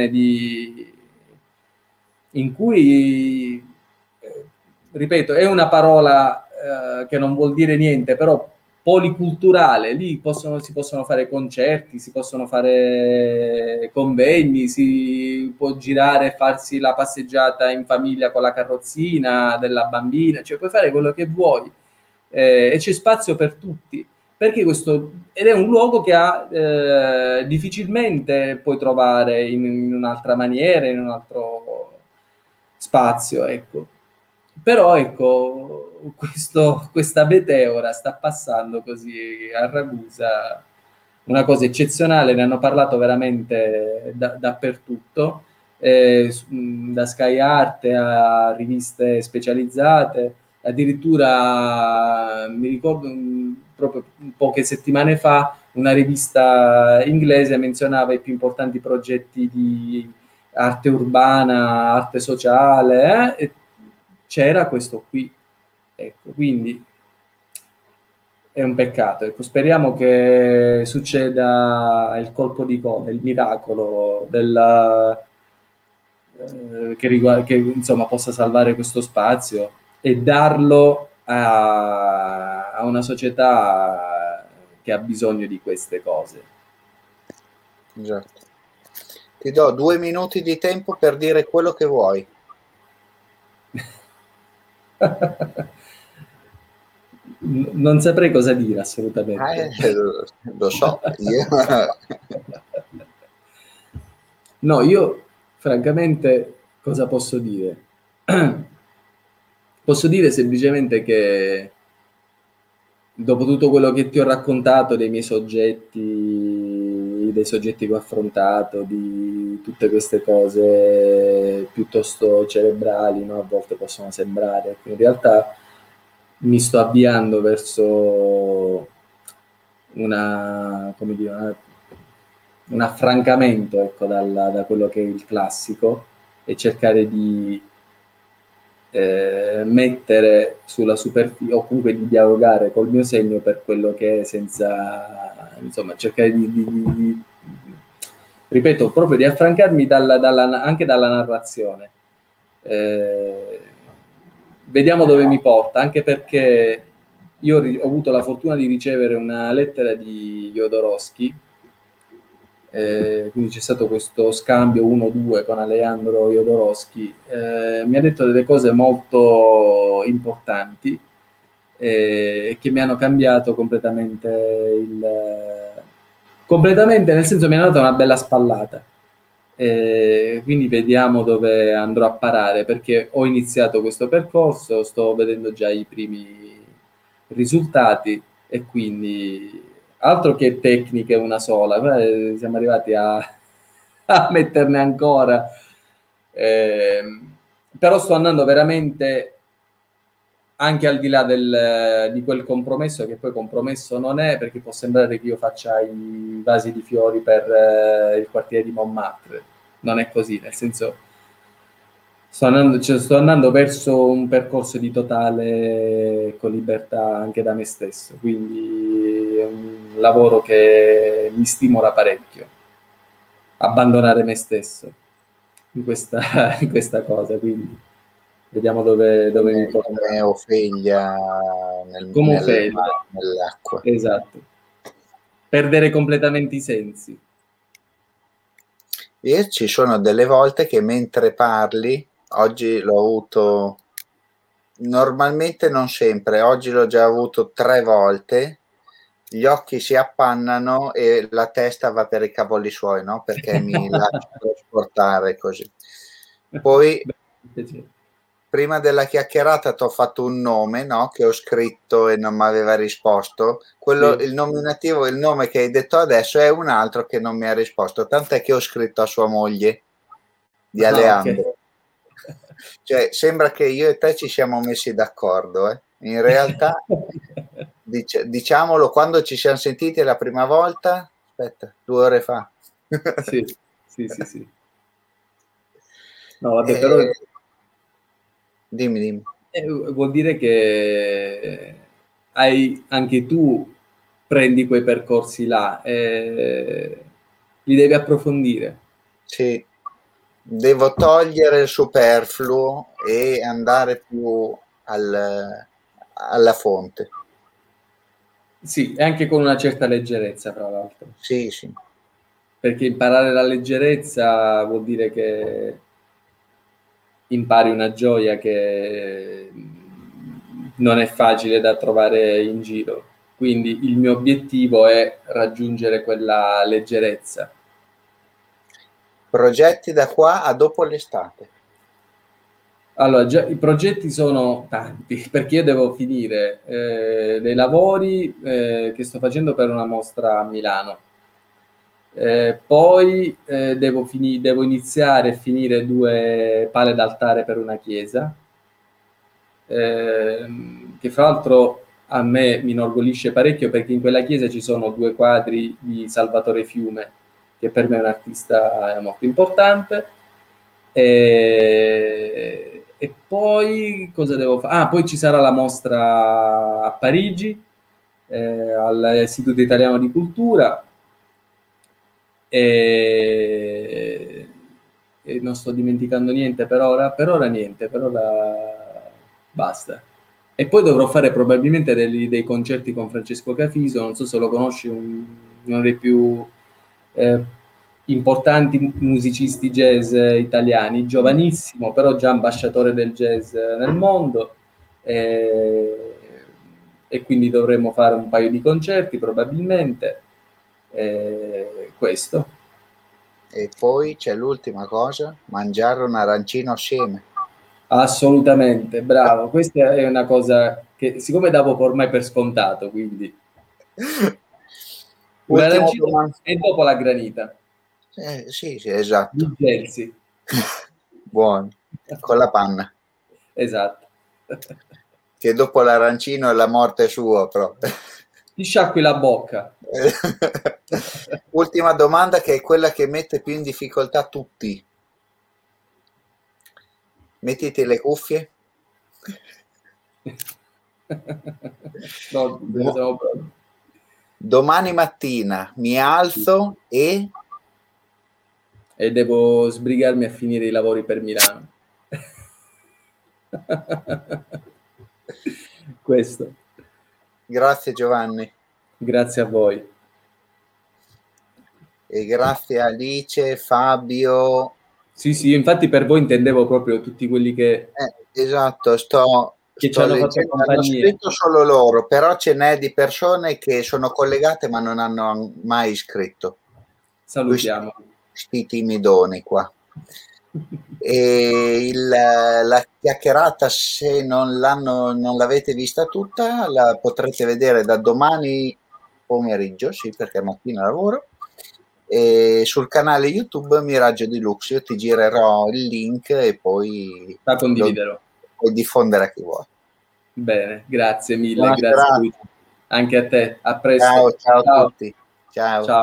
in cui, ripeto, è una parola che non vuol dire niente, però policulturale, lì si possono fare concerti, si possono fare convegni, si può girare e farsi la passeggiata in famiglia con la carrozzina della bambina, cioè puoi fare quello che vuoi, e c'è spazio per tutti. Perché ed è un luogo che difficilmente puoi trovare in un'altra maniera, in un altro spazio, ecco. Però ecco, questa meteora sta passando così a Ragusa, una cosa eccezionale, ne hanno parlato veramente dappertutto, da Sky Art a riviste specializzate, addirittura mi ricordo proprio poche settimane fa una rivista inglese menzionava i più importanti progetti di arte urbana, arte sociale, e c'era questo qui, ecco, quindi è un peccato, ecco, speriamo che succeda il colpo di coda, il miracolo che insomma possa salvare questo spazio e darlo a una società che ha bisogno di queste cose. Esatto. Ti do 2 minuti di tempo per dire quello che vuoi. Non saprei cosa dire assolutamente. Lo so, io. No, io francamente cosa posso dire? Posso dire semplicemente che dopo tutto quello che ti ho raccontato dei miei soggetti, dei soggetti che ho affrontato, di tutte queste cose piuttosto cerebrali, no? A volte possono sembrare, in realtà mi sto avviando verso come dire, un affrancamento, ecco, da quello che è il classico, e cercare di mettere sulla superficie, o comunque di dialogare col mio segno per quello che è, senza, insomma, cercare ripeto, proprio di affrancarmi anche dalla narrazione. Vediamo dove mi porta, anche perché io ho avuto la fortuna di ricevere una lettera di Jodorowsky, quindi c'è stato questo scambio 1-2 con Alejandro Jodorowsky, mi ha detto delle cose molto importanti che mi hanno cambiato completamente, nel senso mi hanno dato una bella spallata. Quindi vediamo dove andrò a parare, perché ho iniziato questo percorso, sto vedendo già i primi risultati, e quindi altro che tecniche una sola, siamo arrivati a metterne ancora. Però sto andando veramente anche al di là di quel compromesso, che poi compromesso non è, perché può sembrare che io faccia i vasi di fiori per il quartiere di Montmartre. Non è così, nel senso sto andando verso un percorso di totale libertà anche da me stesso, quindi è un lavoro che mi stimola parecchio, abbandonare me stesso in questa cosa, quindi vediamo dove mi porta. Come Ofelia Come Ophelia, nell'acqua. esatto. Perdere completamente i sensi. E ci sono delle volte che mentre parli, oggi l'ho avuto Normalmente non sempre, oggi l'ho già avuto 3 volte, gli occhi si appannano e la testa va per i cavoli suoi, no, perché mi lascio trasportare così. Poi prima della chiacchierata t'ho fatto un nome, no, che ho scritto e non m'aveva risposto. Quello, Sì. il nominativo, il nome che hai detto adesso è un altro che non mi ha risposto, tant'è che ho scritto a sua moglie di Aleandro. Okay. Cioè, sembra che io e te ci siamo messi d'accordo, eh. In realtà, diciamolo, quando ci siamo sentiti la prima volta, aspetta, 2 ore fa. Sì, sì. No, vabbè, però Eh, dimmi. vuol dire che hai anche tu prendi quei percorsi là e li devi approfondire. Sì, devo togliere il superfluo e andare più alla fonte. Sì, e anche con una certa leggerezza, tra l'altro. Sì, sì. Perché imparare la leggerezza vuol dire che impari una gioia che non è facile da trovare in giro. Quindi il mio obiettivo è raggiungere quella leggerezza. Progetti da qua a dopo l'estate. Allora, già, i progetti sono tanti perché io devo finire dei lavori che sto facendo per una mostra a Milano. Poi devo iniziare e finire 2 pale d'altare per una chiesa, che fra l'altro a me mi inorgoglisce parecchio perché in quella chiesa ci sono 2 quadri di Salvatore Fiume, che per me è un artista molto importante. E poi cosa devo fare? Ah, poi ci sarà la mostra a Parigi, all'Istituto Italiano di Cultura, e, e non sto dimenticando niente per ora niente, per ora basta. E poi dovrò fare probabilmente dei concerti con Francesco Cafiso, non so se lo conosci, uno dei più eh, importanti musicisti jazz italiani, giovanissimo, però già ambasciatore del jazz nel mondo. E, e quindi dovremo fare un paio di concerti probabilmente. Questo. E poi c'è l'ultima cosa, mangiare un arancino assieme. Assolutamente, bravo. Questa è una cosa che siccome davo ormai per scontato, quindi un Ultima arancino domanda. e dopo la granita Sì, di esatto. Chelsea. Buono. Con la panna. Esatto. Che dopo l'arancino è la morte sua proprio. Ti sciacqui la bocca. Ultima domanda che è quella che mette più in difficoltà tutti. Mettiti le cuffie. No, Do- siamo pronti. domani mattina mi alzo E devo sbrigarmi a finire i lavori per Milano. Questo. grazie Giovanni Grazie a voi. e grazie a Alice, Fabio. Sì, infatti per voi intendevo proprio tutti quelli Esatto, che ci sto hanno fatto leggendo, hanno compagnia. scritto solo loro, però ce n'è di persone che sono collegate ma non hanno mai scritto. Salutiamo. Questi timidoni qua. E la chiacchierata, se non l'avete vista tutta, la potrete vedere da domani pomeriggio, sì, perché mattina lavoro, e sul canale YouTube Miraggio di Lux. Io ti girerò il link e poi La lo condividerò. puoi diffondere a chi vuole. Bene, grazie mille, Buona grazie serata. Luigi. Anche a te, a presto. Ciao, ciao a Ciao. tutti. Ciao. Ciao.